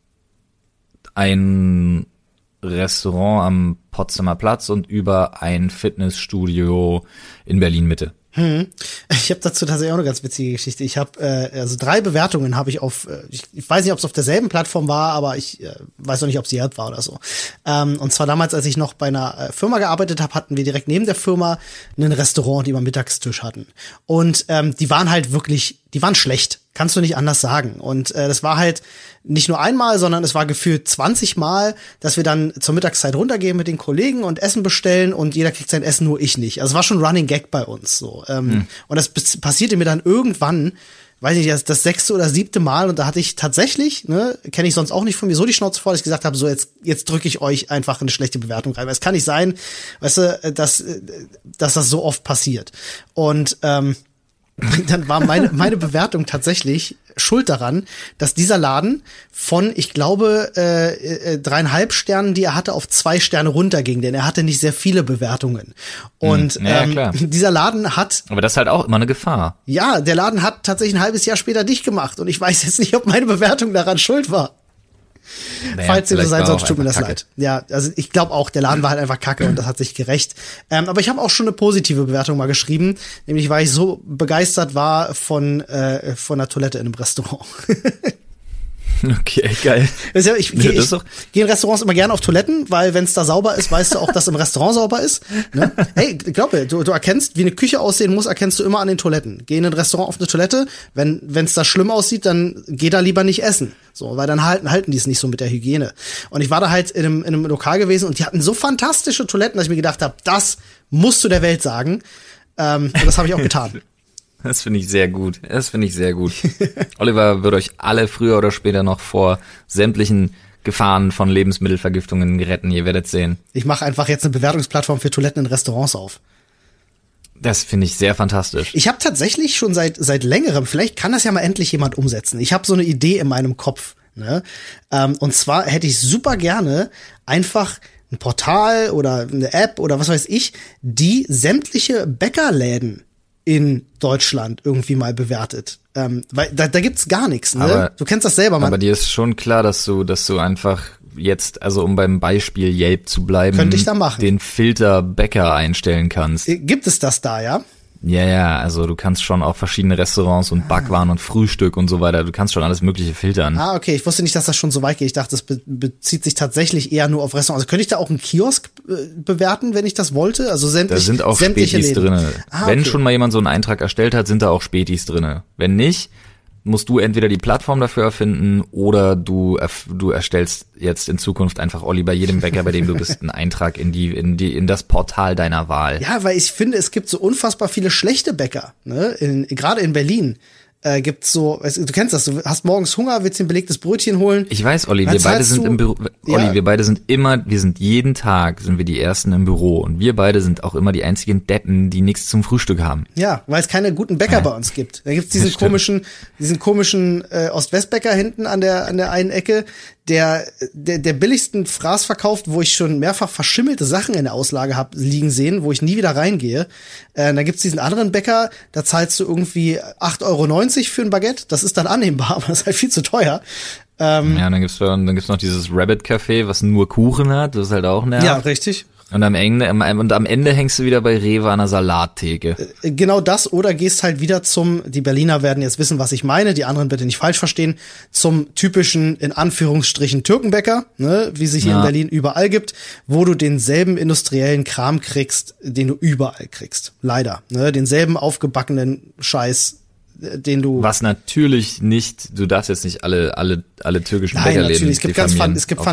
ein Restaurant am Potsdamer Platz und über ein Fitnessstudio in Berlin Mitte. Ich habe dazu tatsächlich auch eine ganz witzige Geschichte. Ich habe also 3 Bewertungen habe ich auf, ich weiß nicht, ob es auf derselben Plattform war, aber ich weiß noch nicht, ob sie Yelp war oder so. Und zwar damals, als ich noch bei einer Firma gearbeitet habe, hatten wir direkt neben der Firma ein Restaurant, die immer Mittagstisch hatten. Und die waren halt wirklich, die waren schlecht. Kannst du nicht anders sagen. Und das war halt nicht nur einmal, sondern es war gefühlt 20 Mal, dass wir dann zur Mittagszeit runtergehen mit den Kollegen und Essen bestellen und jeder kriegt sein Essen, nur ich nicht. Also es war schon Running Gag bei uns so. Und das passierte mir dann irgendwann, weiß nicht, das 6. oder 7. Mal und da hatte ich tatsächlich, kenne ich sonst auch nicht von mir, so die Schnauze voll, dass ich gesagt habe, so jetzt drücke ich euch einfach eine schlechte Bewertung rein. Weil es kann nicht sein, weißt du, dass das so oft passiert. Und dann war meine Bewertung tatsächlich schuld daran, dass dieser Laden von, ich glaube, 3,5 Sternen, die er hatte, auf 2 Sterne runterging, denn er hatte nicht sehr viele Bewertungen. Und dieser Laden hat... Aber das ist halt auch immer eine Gefahr. Ja, der Laden hat tatsächlich ein halbes Jahr später dicht gemacht und ich weiß jetzt nicht, ob meine Bewertung daran schuld war. Naja, falls ihr so sein sollte, tut mir das Kacke. leid. Ja, also ich glaube auch, der Laden war halt einfach kacke und das hat sich gerecht. Aber ich habe auch schon eine positive Bewertung mal geschrieben, nämlich weil ich so begeistert war von der Toilette in einem Restaurant. Okay, geil. Ich gehe in Restaurants immer gerne auf Toiletten, weil wenn es da sauber ist, weißt du auch, dass im Restaurant sauber ist. Ne? Hey, glaub mir, du erkennst, wie eine Küche aussehen muss, erkennst du immer an den Toiletten. Geh in ein Restaurant auf eine Toilette, wenn es da schlimm aussieht, dann geh da lieber nicht essen. So, weil dann halten die es nicht so mit der Hygiene. Und ich war da halt in einem Lokal gewesen und die hatten so fantastische Toiletten, dass ich mir gedacht habe, das musst du der Welt sagen. Und das habe ich auch getan. Das finde ich sehr gut. Oliver wird euch alle früher oder später noch vor sämtlichen Gefahren von Lebensmittelvergiftungen retten. Ihr werdet sehen. Ich mache einfach jetzt eine Bewertungsplattform für Toiletten in Restaurants auf. Das finde ich sehr fantastisch. Ich habe tatsächlich schon seit längerem, vielleicht kann das ja mal endlich jemand umsetzen. Ich habe so eine Idee in meinem Kopf. Ne? Und zwar hätte ich super gerne einfach ein Portal oder eine App oder was weiß ich, die sämtliche Bäckerläden in Deutschland irgendwie mal bewertet. Weil da gibt's gar nichts, ne? Aber, du kennst das selber, Mann. Aber dir ist schon klar, dass du einfach jetzt, also um beim Beispiel Yelp zu bleiben, könnte ich da machen, den Filter Bäcker einstellen kannst. Gibt es das da, ja? Ja, also du kannst schon auch verschiedene Restaurants und Backwaren und Frühstück und so weiter, du kannst schon alles Mögliche filtern. Ah, okay, ich wusste nicht, dass das schon so weit geht. Ich dachte, das bezieht sich tatsächlich eher nur auf Restaurants. Also könnte ich da auch einen Kiosk bewerten, wenn ich das wollte? Also da sind auch Spätis drinne. Wenn schon mal jemand so einen Eintrag erstellt hat, sind da auch Spätis drinne. Wenn nicht, musst du entweder die Plattform dafür erfinden oder du erstellst jetzt in Zukunft einfach, Olli, bei jedem Bäcker, bei dem du bist, einen Eintrag in das Portal deiner Wahl. Ja, weil ich finde, es gibt so unfassbar viele schlechte Bäcker, ne? Gerade in Berlin. Gibt's so, du kennst das, du hast morgens Hunger, willst dir ein belegtes Brötchen holen. Ich weiß, Olli, wir beide sind im Büro. Olli, wir sind jeden Tag sind wir die Ersten im Büro und wir beide sind auch immer die einzigen Deppen, die nichts zum Frühstück haben. Ja, weil es keine guten Bäcker bei uns gibt. Da gibt's diesen komischen Ost-West-Bäcker hinten an der einen Ecke, der billigsten Fraß verkauft, wo ich schon mehrfach verschimmelte Sachen in der Auslage hab liegen sehen, wo ich nie wieder reingehe. Da gibt's diesen anderen Bäcker, da zahlst du irgendwie 8,90 € für ein Baguette. Das ist dann annehmbar, aber das ist halt viel zu teuer. Ja, dann gibt's noch dieses Rabbit Café, was nur Kuchen hat. Das ist halt auch nervig. Ja, richtig. Und am Ende hängst du wieder bei Rewe an der Salattheke. Genau das, oder gehst halt wieder die Berliner werden jetzt wissen, was ich meine, die anderen bitte nicht falsch verstehen, zum typischen, in Anführungsstrichen, Türkenbäcker, ne, wie sie hier in Berlin überall gibt, wo du denselben industriellen Kram kriegst, den du überall kriegst. Leider, ne, denselben aufgebackenen Scheiß, den du... Was natürlich nicht, du darfst jetzt nicht alle türkischen Bäckerläden natürlich. Es gibt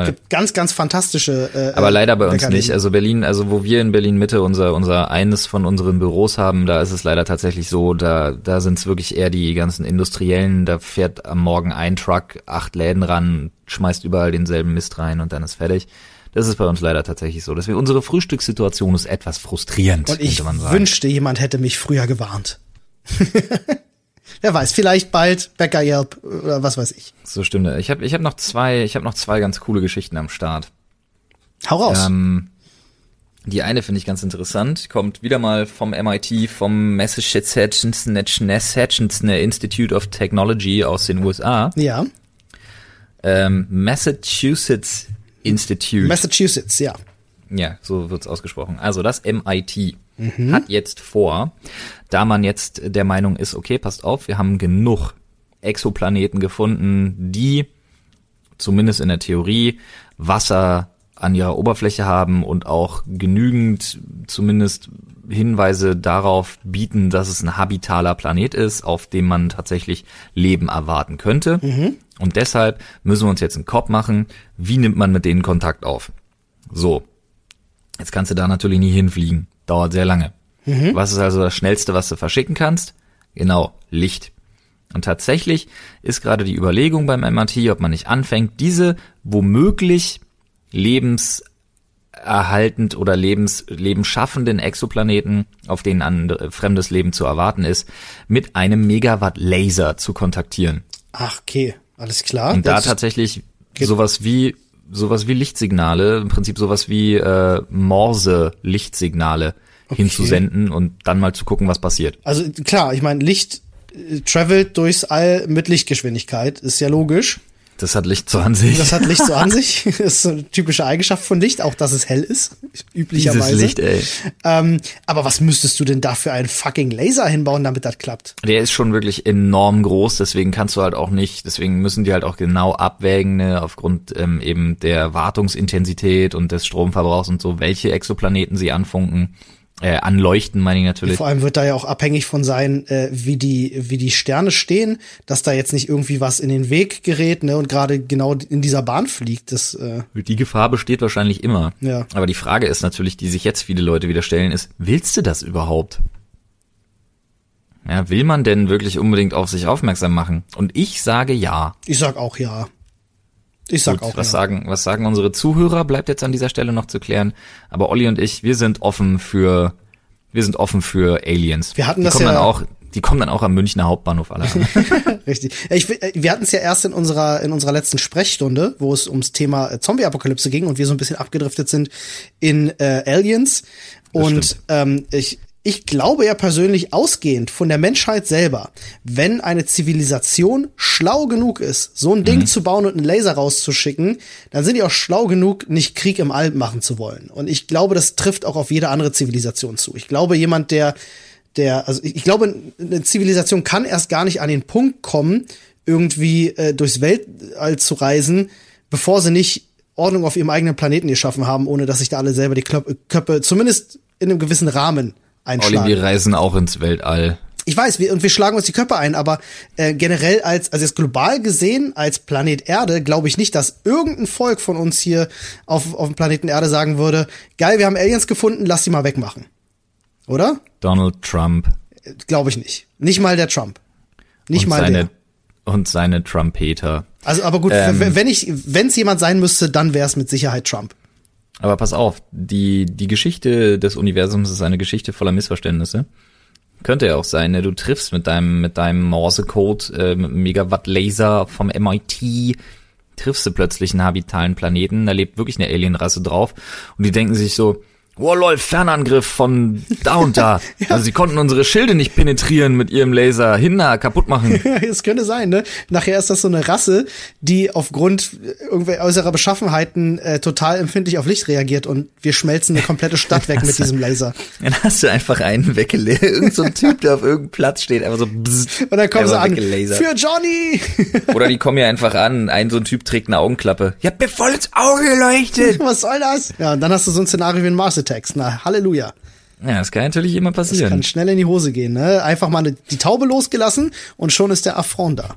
ganz fantastische aber leider bei uns Bäckerläden. nicht. Also Berlin, also wo wir in Berlin Mitte unser eines von unseren Büros haben, da ist es leider tatsächlich so, da sind es wirklich eher die ganzen Industriellen, da fährt am Morgen ein Truck 8 Läden ran, schmeißt überall denselben Mist rein und dann ist fertig. Das ist bei uns leider tatsächlich so. Deswegen unsere Frühstückssituation ist etwas frustrierend, und ich könnte man sagen. Wünschte, jemand hätte mich früher gewarnt. Wer weiß, vielleicht bald Bäcker Yelp oder was weiß ich. So stimmt. Ich hab noch zwei ganz coole Geschichten am Start. Hau raus. Die eine finde ich ganz interessant, kommt wieder mal vom MIT, vom Massachusetts Institute of Technology aus den USA. Ja. Massachusetts Institute. Massachusetts, ja. Ja, so wird's ausgesprochen. Also das MIT hat jetzt vor, da man jetzt der Meinung ist, okay, passt auf, wir haben genug Exoplaneten gefunden, die zumindest in der Theorie Wasser an ihrer Oberfläche haben und auch genügend zumindest Hinweise darauf bieten, dass es ein habitaler Planet ist, auf dem man tatsächlich Leben erwarten könnte. Und deshalb müssen wir uns jetzt einen Kopf machen, wie nimmt man mit denen Kontakt auf? So, jetzt kannst du da natürlich nie hinfliegen, dauert sehr lange. Was ist also das Schnellste, was du verschicken kannst? Genau, Licht. Und tatsächlich ist gerade die Überlegung beim MIT, ob man nicht anfängt, diese womöglich lebenserhaltend oder lebensschaffenden Exoplaneten, auf denen fremdes Leben zu erwarten ist, mit einem Megawatt Laser zu kontaktieren. Ach, okay, alles klar. Und da tatsächlich sowas wie Lichtsignale, im Prinzip sowas wie Morse-Lichtsignale hinzusenden und dann mal zu gucken, was passiert. Also klar, ich meine, Licht travelt durchs All mit Lichtgeschwindigkeit, ist ja logisch. Das hat Licht so an sich. Das hat Licht so an sich. Das ist so eine typische Eigenschaft von Licht, auch dass es hell ist, üblicherweise. Dieses Licht, ey. Aber was müsstest du denn da für einen fucking Laser hinbauen, damit das klappt? Der ist schon wirklich enorm groß, deswegen müssen die halt auch genau abwägen, ne, aufgrund eben der Wartungsintensität und des Stromverbrauchs und so, welche Exoplaneten sie anleuchten, meine ich natürlich. Vor allem wird da ja auch abhängig von sein, wie die Sterne stehen, dass da jetzt nicht irgendwie was in den Weg gerät, ne, und gerade genau in dieser Bahn fliegt. Die Gefahr besteht wahrscheinlich immer. Ja. Aber die Frage ist natürlich, die sich jetzt viele Leute wieder stellen, ist, willst du das überhaupt? Ja, will man denn wirklich unbedingt auf sich aufmerksam machen? Und ich sage ja. Ich sag auch ja. Was sagen unsere Zuhörer, bleibt jetzt an dieser Stelle noch zu klären. Aber Olli und ich, wir sind offen für Aliens. Wir hatten Die kommen dann auch am Münchner Hauptbahnhof alle an. Richtig. Wir hatten es ja erst in unserer letzten Sprechstunde, wo es ums Thema Zombie-Apokalypse ging und wir so ein bisschen abgedriftet sind in Aliens. Und ich glaube ja persönlich, ausgehend von der Menschheit selber, wenn eine Zivilisation schlau genug ist, so ein Ding zu bauen und einen Laser rauszuschicken, dann sind die auch schlau genug, nicht Krieg im All machen zu wollen. Und ich glaube, das trifft auch auf jede andere Zivilisation zu. Ich glaube, ich glaube, eine Zivilisation kann erst gar nicht an den Punkt kommen, irgendwie durchs Weltall zu reisen, bevor sie nicht Ordnung auf ihrem eigenen Planeten geschaffen haben, ohne dass sich da alle selber die Köpfe zumindest in einem gewissen Rahmen einschlagen. Olli, wir reisen auch ins Weltall. Ich weiß, wir schlagen uns die Köpfe ein, aber generell also jetzt global gesehen, als Planet Erde, glaube ich nicht, dass irgendein Volk von uns hier auf dem Planeten Erde sagen würde, geil, wir haben Aliens gefunden, lass die mal wegmachen. Oder? Donald Trump. Glaube ich nicht. Nicht mal der Trump. Und seine Trumpeter. Also, aber gut, wenn es jemand sein müsste, dann wäre es mit Sicherheit Trump. Aber pass auf, die Geschichte des Universums ist eine Geschichte voller Missverständnisse. Könnte ja auch sein, ne? Du triffst mit deinem Morse-Code, Megawatt-Laser vom MIT, triffst du plötzlich einen habitalen Planeten, da lebt wirklich eine Alienrasse drauf und die denken sich so, oh lol, Fernangriff von da und da. Ja. Also sie konnten unsere Schilde nicht penetrieren mit ihrem Laser, kaputt machen. Das könnte sein, ne? Nachher ist das so eine Rasse, die aufgrund irgendwelcher äußerer Beschaffenheiten total empfindlich auf Licht reagiert und wir schmelzen eine komplette Stadt weg mit diesem Laser. Dann hast du einfach einen weggelegt. Irgend so ein Typ, der auf irgendeinem Platz steht, einfach so bzzzt, und dann kommen sie an, für Johnny! Oder die kommen ja einfach an, so ein Typ trägt eine Augenklappe. Ich hab mir voll ins Auge geleuchtet! Was soll das? Ja, und dann hast du so ein Szenario wie ein Mars Attacks. Na, Halleluja. Ja, das kann natürlich immer passieren. Das kann schnell in die Hose gehen, ne? Einfach mal die Taube losgelassen und schon ist der Affront da.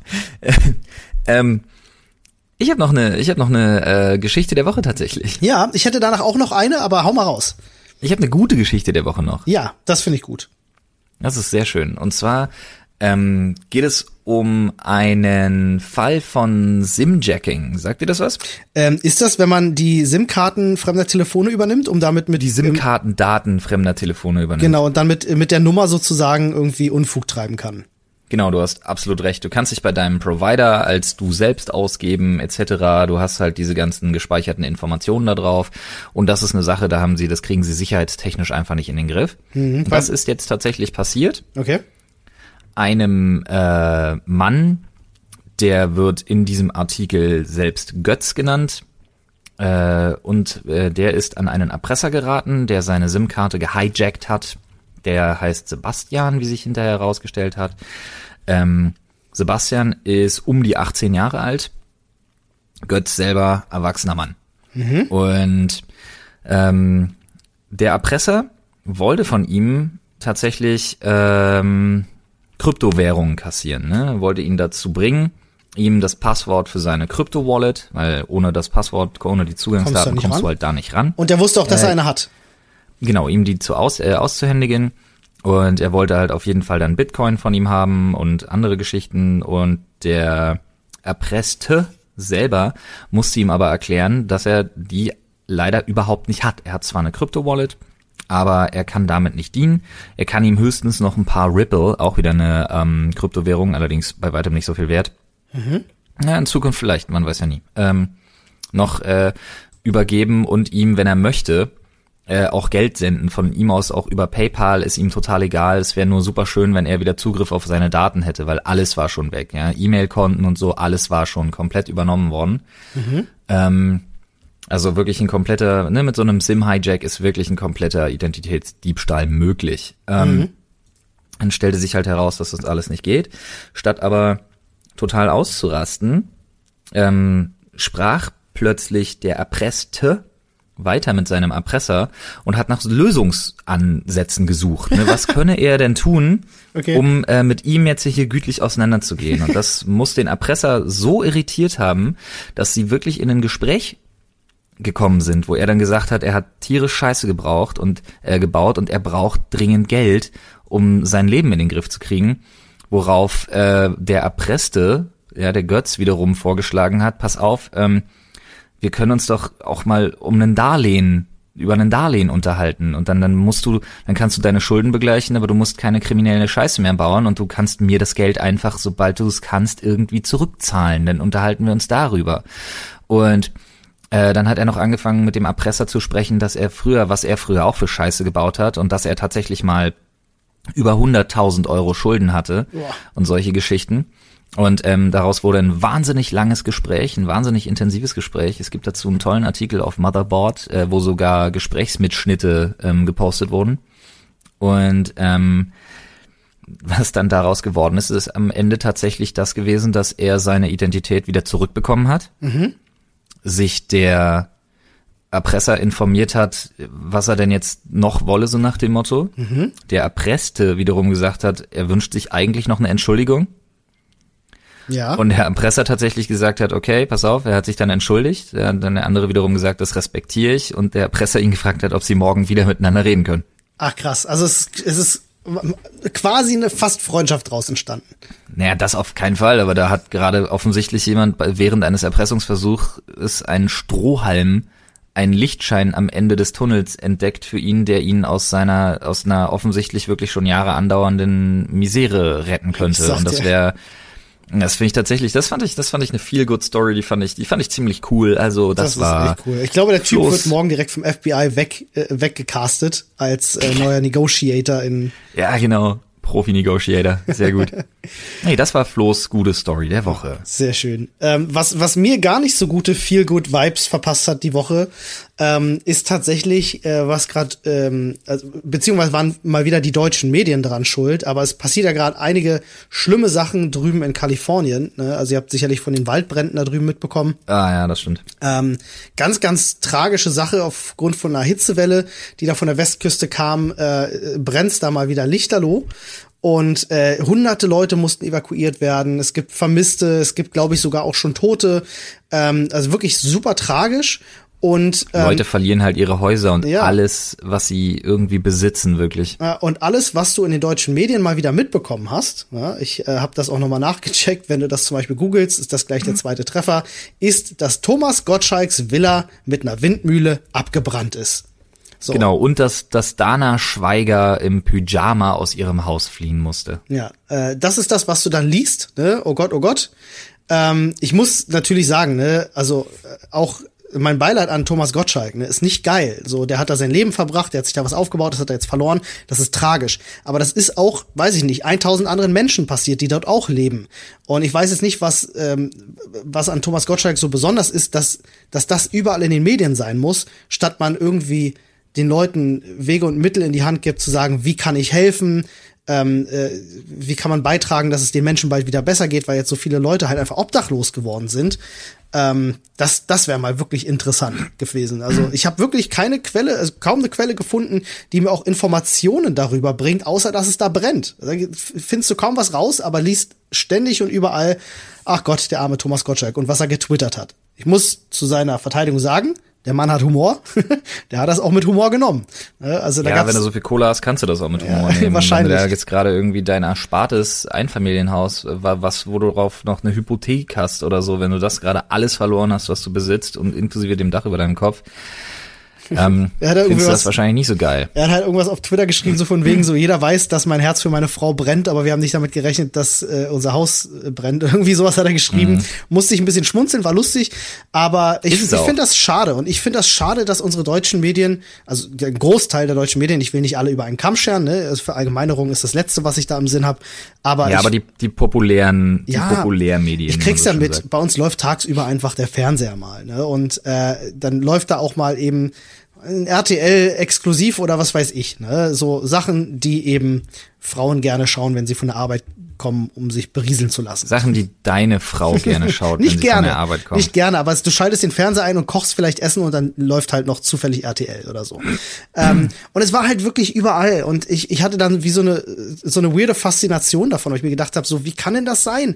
Ich habe noch eine Geschichte der Woche tatsächlich. Ja, ich hätte danach auch noch eine, aber hau mal raus. Ich habe eine gute Geschichte der Woche noch. Ja, das finde ich gut. Das ist sehr schön. Und zwar geht es um einen Fall von SIM-Jacking. Sagt ihr das was? Ist das, wenn man die SIM-Karten fremder Telefone übernimmt, um damit mit die SIM-Karten-Daten fremder Telefone übernimmt? Genau, und dann mit der Nummer sozusagen irgendwie Unfug treiben kann. Genau, du hast absolut recht. Du kannst dich bei deinem Provider als du selbst ausgeben etc. Du hast halt diese ganzen gespeicherten Informationen da drauf. Und das ist eine Sache, das kriegen sie sicherheitstechnisch einfach nicht in den Griff. Das ist jetzt tatsächlich passiert. Okay. Einem Mann, der wird in diesem Artikel selbst Götz genannt, und der ist an einen Erpresser geraten, der seine SIM-Karte gehijackt hat. Der heißt Sebastian, wie sich hinterher herausgestellt hat. Sebastian ist um die 18 Jahre alt, Götz selber erwachsener Mann. Und der Erpresser wollte von ihm tatsächlich Kryptowährungen kassieren, ne? Wollte ihn dazu bringen, ihm das Passwort für seine Krypto-Wallet, weil ohne das Passwort, ohne die Zugangsdaten kommst du halt da nicht ran. Und der wusste auch, dass er eine hat. Genau, ihm die auszuhändigen. Und er wollte halt auf jeden Fall dann Bitcoin von ihm haben und andere Geschichten. Und der Erpresste selber musste ihm aber erklären, dass er die leider überhaupt nicht hat. Er hat zwar eine Krypto-Wallet, aber er kann damit nicht dienen. Er kann ihm höchstens noch ein paar Ripple, auch wieder eine Kryptowährung, allerdings bei weitem nicht so viel wert. Ja, in Zukunft vielleicht, man weiß ja nie. Noch übergeben und ihm, wenn er möchte, auch Geld senden. Von ihm aus auch über PayPal, ist ihm total egal. Es wäre nur super schön, wenn er wieder Zugriff auf seine Daten hätte, weil alles war schon weg. Ja, E-Mail-Konten und so, alles war schon komplett übernommen worden. Also wirklich ein kompletter, ne, mit so einem SIM-Hijack ist wirklich ein kompletter Identitätsdiebstahl möglich. Dann stellte sich halt heraus, dass das alles nicht geht. Statt aber total auszurasten, sprach plötzlich der Erpresste weiter mit seinem Erpresser und hat nach Lösungsansätzen gesucht. Ne? Was könne er denn tun, um mit ihm jetzt hier gütlich auseinanderzugehen? Und das muss den Erpresser so irritiert haben, dass sie wirklich in ein Gespräch gekommen sind, wo er dann gesagt hat, er hat tierisch Scheiße gebaut und er braucht dringend Geld, um sein Leben in den Griff zu kriegen. Worauf der Erpresste, ja, der Götz wiederum vorgeschlagen hat, pass auf, wir können uns doch auch mal über ein Darlehen unterhalten und dann kannst du deine Schulden begleichen, aber du musst keine kriminelle Scheiße mehr bauen und du kannst mir das Geld einfach, sobald du es kannst, irgendwie zurückzahlen, dann unterhalten wir uns darüber. Und dann hat er noch angefangen, mit dem Erpresser zu sprechen, was er früher auch für Scheiße gebaut hat und dass er tatsächlich mal über 100.000 Euro Schulden hatte und solche Geschichten. Und daraus wurde ein wahnsinnig langes Gespräch, ein wahnsinnig intensives Gespräch. Es gibt dazu einen tollen Artikel auf Motherboard, wo sogar Gesprächsmitschnitte gepostet wurden. Und was dann daraus geworden ist, ist am Ende tatsächlich das gewesen, dass er seine Identität wieder zurückbekommen hat, sich der Erpresser informiert hat, was er denn jetzt noch wolle, so nach dem Motto. Der Erpresste wiederum gesagt hat, er wünscht sich eigentlich noch eine Entschuldigung. Ja. Und der Erpresser tatsächlich gesagt hat, okay, pass auf, er hat sich dann entschuldigt. Dann der andere wiederum gesagt, das respektiere ich. Und der Erpresser ihn gefragt hat, ob sie morgen wieder miteinander reden können. Ach krass, also es ist quasi eine fast Freundschaft draus entstanden. Naja, das auf keinen Fall, aber da hat gerade offensichtlich jemand während eines Erpressungsversuchs einen Strohhalm, einen Lichtschein am Ende des Tunnels entdeckt für ihn, der ihn aus einer offensichtlich wirklich schon Jahre andauernden Misere retten könnte. Und das finde ich tatsächlich, das fand ich eine Feel-Good-Story, die fand ich ziemlich cool. Also das war echt cool. Ich glaube, der Typ wird morgen direkt vom FBI weggecastet als neuer Negotiator in. Ja, genau. Profi-Negotiator. Sehr gut. Nee, das war Flo's gute Story der Woche. Sehr schön. Was mir gar nicht so gute Feel-Good-Vibes verpasst hat die Woche, ist tatsächlich, was gerade, beziehungsweise waren mal wieder die deutschen Medien dran schuld, aber es passiert ja gerade einige schlimme Sachen drüben in Kalifornien. Ne? Also ihr habt sicherlich von den Waldbränden da drüben mitbekommen. Ah ja, das stimmt. Ganz, ganz tragische Sache aufgrund von einer Hitzewelle, die da von der Westküste kam, brennt's da mal wieder lichterloh. Und hunderte Leute mussten evakuiert werden. Es gibt Vermisste, es gibt, glaube ich, sogar auch schon Tote. Also wirklich super tragisch. Und Leute verlieren halt ihre Häuser und alles, was sie irgendwie besitzen, wirklich. Und alles, was du in den deutschen Medien mal wieder mitbekommen hast, ich habe das auch nochmal nachgecheckt, wenn du das zum Beispiel googelst, ist das gleich der zweite Treffer, ist, dass Thomas Gottschalks Villa mit einer Windmühle abgebrannt ist. So. Genau, und dass Dana Schweiger im Pyjama aus ihrem Haus fliehen musste. Ja, das ist das, was du dann liest, ne? Oh Gott, oh Gott. Ich muss natürlich sagen, ne, also auch mein Beileid an Thomas Gottschalk, ne, ist nicht geil. So, der hat da sein Leben verbracht, der hat sich da was aufgebaut, das hat er jetzt verloren. Das ist tragisch. Aber das ist auch, weiß ich nicht, 1000 anderen Menschen passiert, die dort auch leben. Und ich weiß jetzt nicht, was an Thomas Gottschalk so besonders ist, dass das überall in den Medien sein muss, statt man irgendwie den Leuten Wege und Mittel in die Hand gibt, zu sagen, wie kann ich helfen, wie kann man beitragen, dass es den Menschen bald wieder besser geht, weil jetzt so viele Leute halt einfach obdachlos geworden sind. Das wäre mal wirklich interessant gewesen. Also ich habe wirklich keine Quelle, also kaum eine Quelle gefunden, die mir auch Informationen darüber bringt, außer dass es da brennt. Da findest du kaum was raus, aber liest ständig und überall, ach Gott, der arme Thomas Gottschalk und was er getwittert hat. Ich muss zu seiner Verteidigung sagen, der Mann hat Humor. Der hat das auch mit Humor genommen. Also da ja, wenn du so viel Kohle hast, kannst du das auch mit Humor nehmen. Wahrscheinlich. Wenn du da jetzt gerade irgendwie dein erspartes Einfamilienhaus, wo du drauf noch eine Hypothek hast oder so, wenn du das gerade alles verloren hast, was du besitzt und inklusive dem Dach über deinem Kopf, Findest du das wahrscheinlich nicht so geil. Er hat halt irgendwas auf Twitter geschrieben, so von wegen so, jeder weiß, dass mein Herz für meine Frau brennt, aber wir haben nicht damit gerechnet, dass unser Haus brennt. Irgendwie sowas hat er geschrieben. Musste ich ein bisschen schmunzeln, war lustig, aber ich finde das schade. Und ich finde das schade, dass unsere deutschen Medien, also der Großteil der deutschen Medien, ich will nicht alle über einen Kamm scheren, ne? Also Verallgemeinerung ist das Letzte, was ich da im Sinn habe. Aber die Populärmedien. Ich krieg's ja mit, bei uns läuft tagsüber einfach der Fernseher mal, ne? Und dann läuft da auch mal eben ein RTL exklusiv oder was weiß ich, ne? So Sachen, die eben Frauen gerne schauen, wenn sie von der Arbeit kommen, um sich berieseln zu lassen. Sachen, die deine Frau gerne schaut, nicht wenn sie gerne, von der Arbeit kommt. Nicht gerne, aber du schaltest den Fernseher ein und kochst vielleicht Essen und dann läuft halt noch zufällig RTL oder so. Und es war halt wirklich überall und ich hatte dann wie so eine weirde Faszination davon, weil ich mir gedacht habe, so wie kann denn das sein?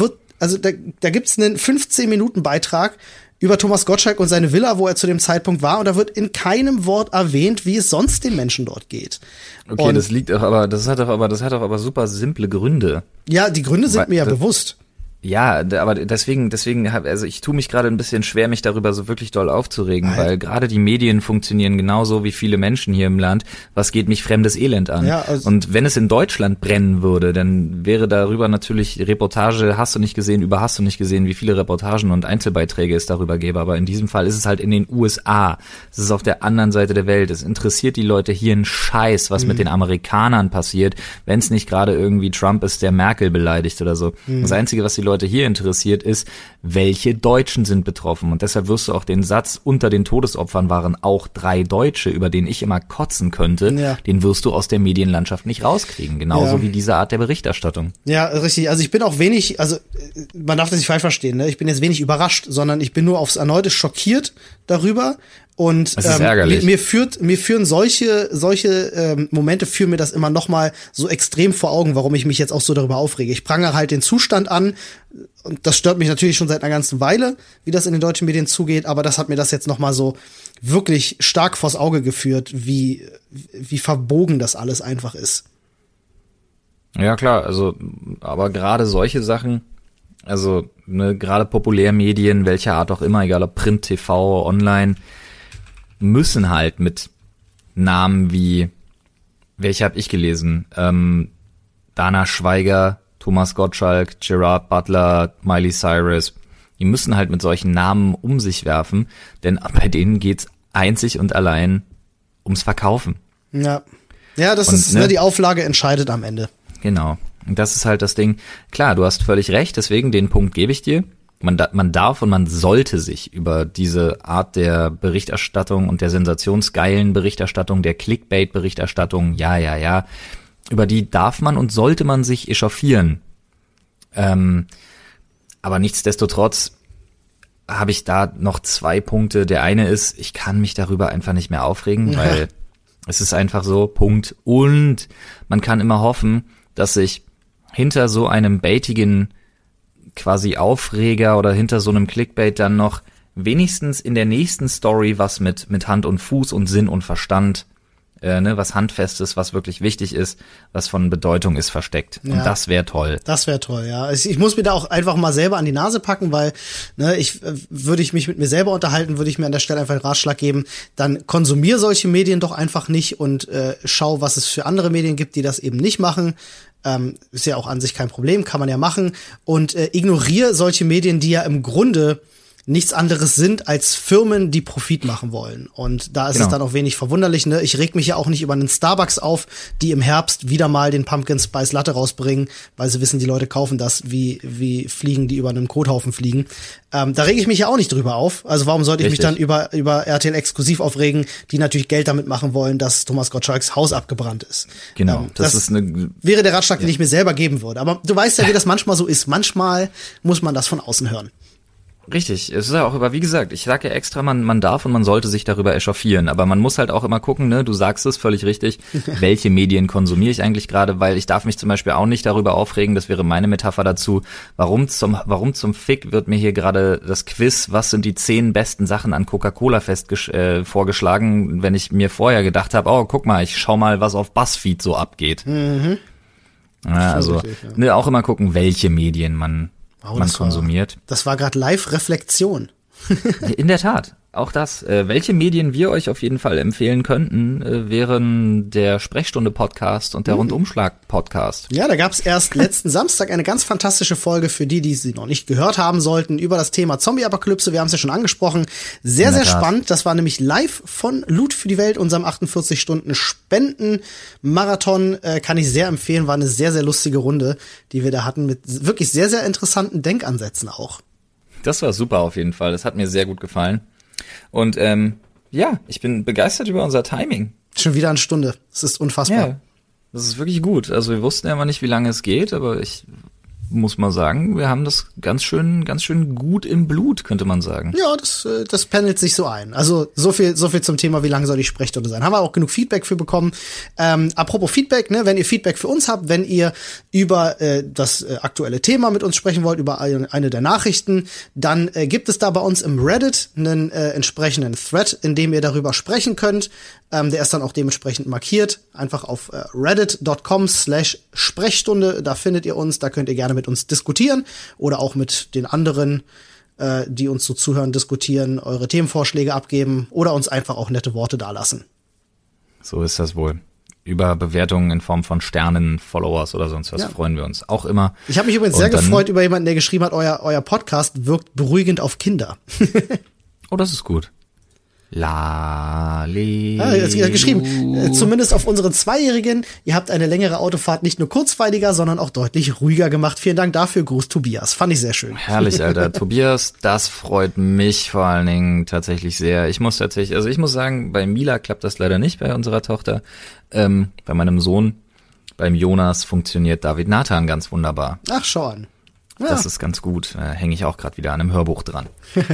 Da gibt's einen 15-Minuten-Beitrag über Thomas Gottschalk und seine Villa, wo er zu dem Zeitpunkt war, und da wird in keinem Wort erwähnt, wie es sonst den Menschen dort geht. Okay, und das hat doch aber super simple Gründe. Ja, die Gründe sind mir ja bewusst. Ja, aber deswegen, also ich tue mich gerade ein bisschen schwer, mich darüber so wirklich doll aufzuregen, weil gerade die Medien funktionieren genauso wie viele Menschen hier im Land. Was geht mich fremdes Elend an? Ja, also und wenn es in Deutschland brennen würde, dann wäre darüber natürlich Reportage, hast du nicht gesehen, wie viele Reportagen und Einzelbeiträge es darüber gäbe. Aber in diesem Fall ist es halt in den USA. Es ist auf der anderen Seite der Welt. Es interessiert die Leute hier einen Scheiß, was mit den Amerikanern passiert, wenn es nicht gerade irgendwie Trump ist, der Merkel beleidigt oder so. Das Einzige, was die Leute hier interessiert, ist, welche Deutschen sind betroffen. Und deshalb wirst du auch den Satz, unter den Todesopfern waren auch 3 Deutsche, über den ich immer kotzen könnte, den wirst du aus der Medienlandschaft nicht rauskriegen. Genauso wie diese Art der Berichterstattung. Ja, richtig. Also ich bin auch wenig, man darf das nicht falsch verstehen, ne? Ich bin jetzt wenig überrascht, sondern ich bin nur aufs Erneute schockiert darüber. Und das ist ärgerlich. mir führen solche Momente führen mir das immer noch mal so extrem vor Augen, warum ich mich jetzt auch so darüber aufrege. Ich prangere halt den Zustand an und das stört mich natürlich schon seit einer ganzen Weile, wie das in den deutschen Medien zugeht, aber das hat mir das jetzt noch mal so wirklich stark vors Auge geführt, wie verbogen das alles einfach ist. Ja, klar, also aber gerade solche Sachen, also gerade Populärmedien, welcher Art auch immer, egal ob Print, TV, Online, müssen halt mit Namen wie, welche habe ich gelesen? Dana Schweiger, Thomas Gottschalk, Gerard Butler, Miley Cyrus, die müssen halt mit solchen Namen um sich werfen, denn bei denen geht's einzig und allein ums Verkaufen. Ja, das ist, die Auflage entscheidet am Ende. Genau, und das ist halt das Ding. Klar, du hast völlig recht, deswegen den Punkt gebe ich dir. Man darf und man sollte sich über diese Art der Berichterstattung und der sensationsgeilen Berichterstattung, der Clickbait-Berichterstattung, über die darf man und sollte man sich echauffieren. Aber nichtsdestotrotz habe ich da noch 2 Punkte. Der eine ist, ich kann mich darüber einfach nicht mehr aufregen, weil es ist einfach so, Punkt. Und man kann immer hoffen, dass sich hinter so einem baitigen quasi Aufreger oder hinter so einem Clickbait dann noch wenigstens in der nächsten Story was mit Hand und Fuß und Sinn und Verstand, was handfestes, was wirklich wichtig ist, was von Bedeutung ist, versteckt. Ja. Und das wäre toll. Das wäre toll, ja. Ich muss mir da auch einfach mal selber an die Nase packen, weil würde ich mich mit mir selber unterhalten, würde ich mir an der Stelle einfach einen Ratschlag geben, dann konsumier solche Medien doch einfach nicht und schau, was es für andere Medien gibt, die das eben nicht machen. Ist ja auch an sich kein Problem, kann man ja machen. Und ignoriere solche Medien, die ja im Grunde nichts anderes sind als Firmen, die Profit machen wollen. Und da ist es dann auch wenig verwunderlich, ne? Ich reg mich ja auch nicht über einen Starbucks auf, die im Herbst wieder mal den Pumpkin Spice Latte rausbringen, weil sie wissen, die Leute kaufen das wie Fliegen, die über einem Kothaufen fliegen. Da rege ich mich ja auch nicht drüber auf. Also warum sollte ich mich dann über RTL exklusiv aufregen, die natürlich Geld damit machen wollen, dass Thomas Gottschalks Haus abgebrannt ist. Genau. Das wäre der Ratschlag, den ich mir selber geben würde. Aber du weißt ja, wie das manchmal so ist. Manchmal muss man das von außen hören. Richtig, es ist ja auch, aber wie gesagt, ich sage ja extra, man darf und man sollte sich darüber echauffieren, aber man muss halt auch immer gucken, ne, du sagst es völlig richtig, welche Medien konsumiere ich eigentlich gerade, weil ich darf mich zum Beispiel auch nicht darüber aufregen, das wäre meine Metapher dazu, warum zum Fick wird mir hier gerade das Quiz, was sind die 10 besten Sachen an Coca-Cola vorgeschlagen, wenn ich mir vorher gedacht habe, oh, guck mal, ich schau mal, was auf BuzzFeed so abgeht. Ja, also, ne, auch immer gucken, welche Medien man konsumiert. Das war gerade Live-Reflexion. In der Tat. auch das. Welche Medien wir euch auf jeden Fall empfehlen könnten, wären der Sprechstunde-Podcast und der Rundumschlag-Podcast. Ja, da gab's erst letzten Samstag eine ganz fantastische Folge für die sie noch nicht gehört haben sollten, über das Thema Zombie-Apokalypse. Wir haben es ja schon angesprochen. Sehr, sehr spannend. Das war nämlich live von Loot für die Welt, unserem 48-Stunden-Spenden-Marathon. Kann ich sehr empfehlen. War eine sehr, sehr lustige Runde, die wir da hatten, mit wirklich sehr, sehr interessanten Denkansätzen auch. Das war super auf jeden Fall. Das hat mir sehr gut gefallen. Und ja, ich bin begeistert über unser Timing. Schon wieder eine Stunde. Das ist unfassbar. Ja, das ist wirklich gut. Also wir wussten ja immer nicht, wie lange es geht, aber ich muss mal sagen, wir haben das ganz schön gut im Blut, könnte man sagen. Ja, das pendelt sich so ein. Also so viel zum Thema, wie lang soll die Sprechstunde sein. Haben wir auch genug Feedback für bekommen. Apropos Feedback, ne, wenn ihr Feedback für uns habt, wenn ihr über das aktuelle Thema mit uns sprechen wollt, über eine der Nachrichten, dann gibt es da bei uns im Reddit einen entsprechenden Thread, in dem ihr darüber sprechen könnt. Der ist dann auch dementsprechend markiert. Einfach auf reddit.com/Sprechstunde, da findet ihr uns, da könnt ihr gerne mit uns diskutieren oder auch mit den anderen, die uns so zuhören, diskutieren, eure Themenvorschläge abgeben oder uns einfach auch nette Worte dalassen. So ist das wohl. Über Bewertungen in Form von Sternen, Followers oder sonst was freuen wir uns auch immer. Ich habe mich übrigens sehr gefreut über jemanden, der geschrieben hat, euer Podcast wirkt beruhigend auf Kinder. Oh, das ist gut. Er hat geschrieben, zumindest auf unseren Zweijährigen, ihr habt eine längere Autofahrt nicht nur kurzweiliger, sondern auch deutlich ruhiger gemacht. Vielen Dank dafür, Gruß Tobias. Fand ich sehr schön. Herrlich, Alter. Tobias, das freut mich vor allen Dingen tatsächlich sehr. Ich muss sagen, bei Mila klappt das leider nicht, bei unserer Tochter. Bei meinem Sohn, beim Jonas, funktioniert David Nathan ganz wunderbar. Ach, schau an. Ja. Das ist ganz gut. Hänge ich auch gerade wieder an einem Hörbuch dran.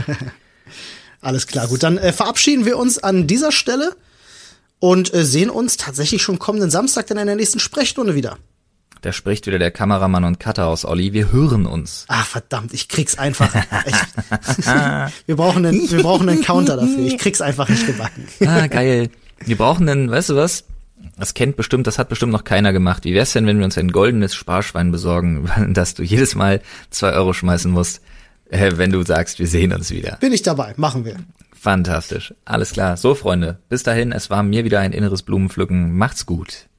Alles klar, gut, dann verabschieden wir uns an dieser Stelle und sehen uns tatsächlich schon kommenden Samstag dann in der nächsten Sprechstunde wieder. Da spricht wieder der Kameramann und Cutter aus Olli. Wir hören uns. Ach, verdammt, ich krieg's einfach. Wir brauchen einen Counter dafür. Ich krieg's einfach nicht gebacken. Ah, geil. Wir brauchen einen, weißt du was? Das hat bestimmt noch keiner gemacht. Wie wär's denn, wenn wir uns ein goldenes Sparschwein besorgen, dass du jedes Mal 2 Euro schmeißen musst, wenn du sagst, wir sehen uns wieder. Bin ich dabei, machen wir. Fantastisch. Alles klar. So, Freunde, bis dahin, es war mir wieder ein inneres Blumenpflücken. Macht's gut.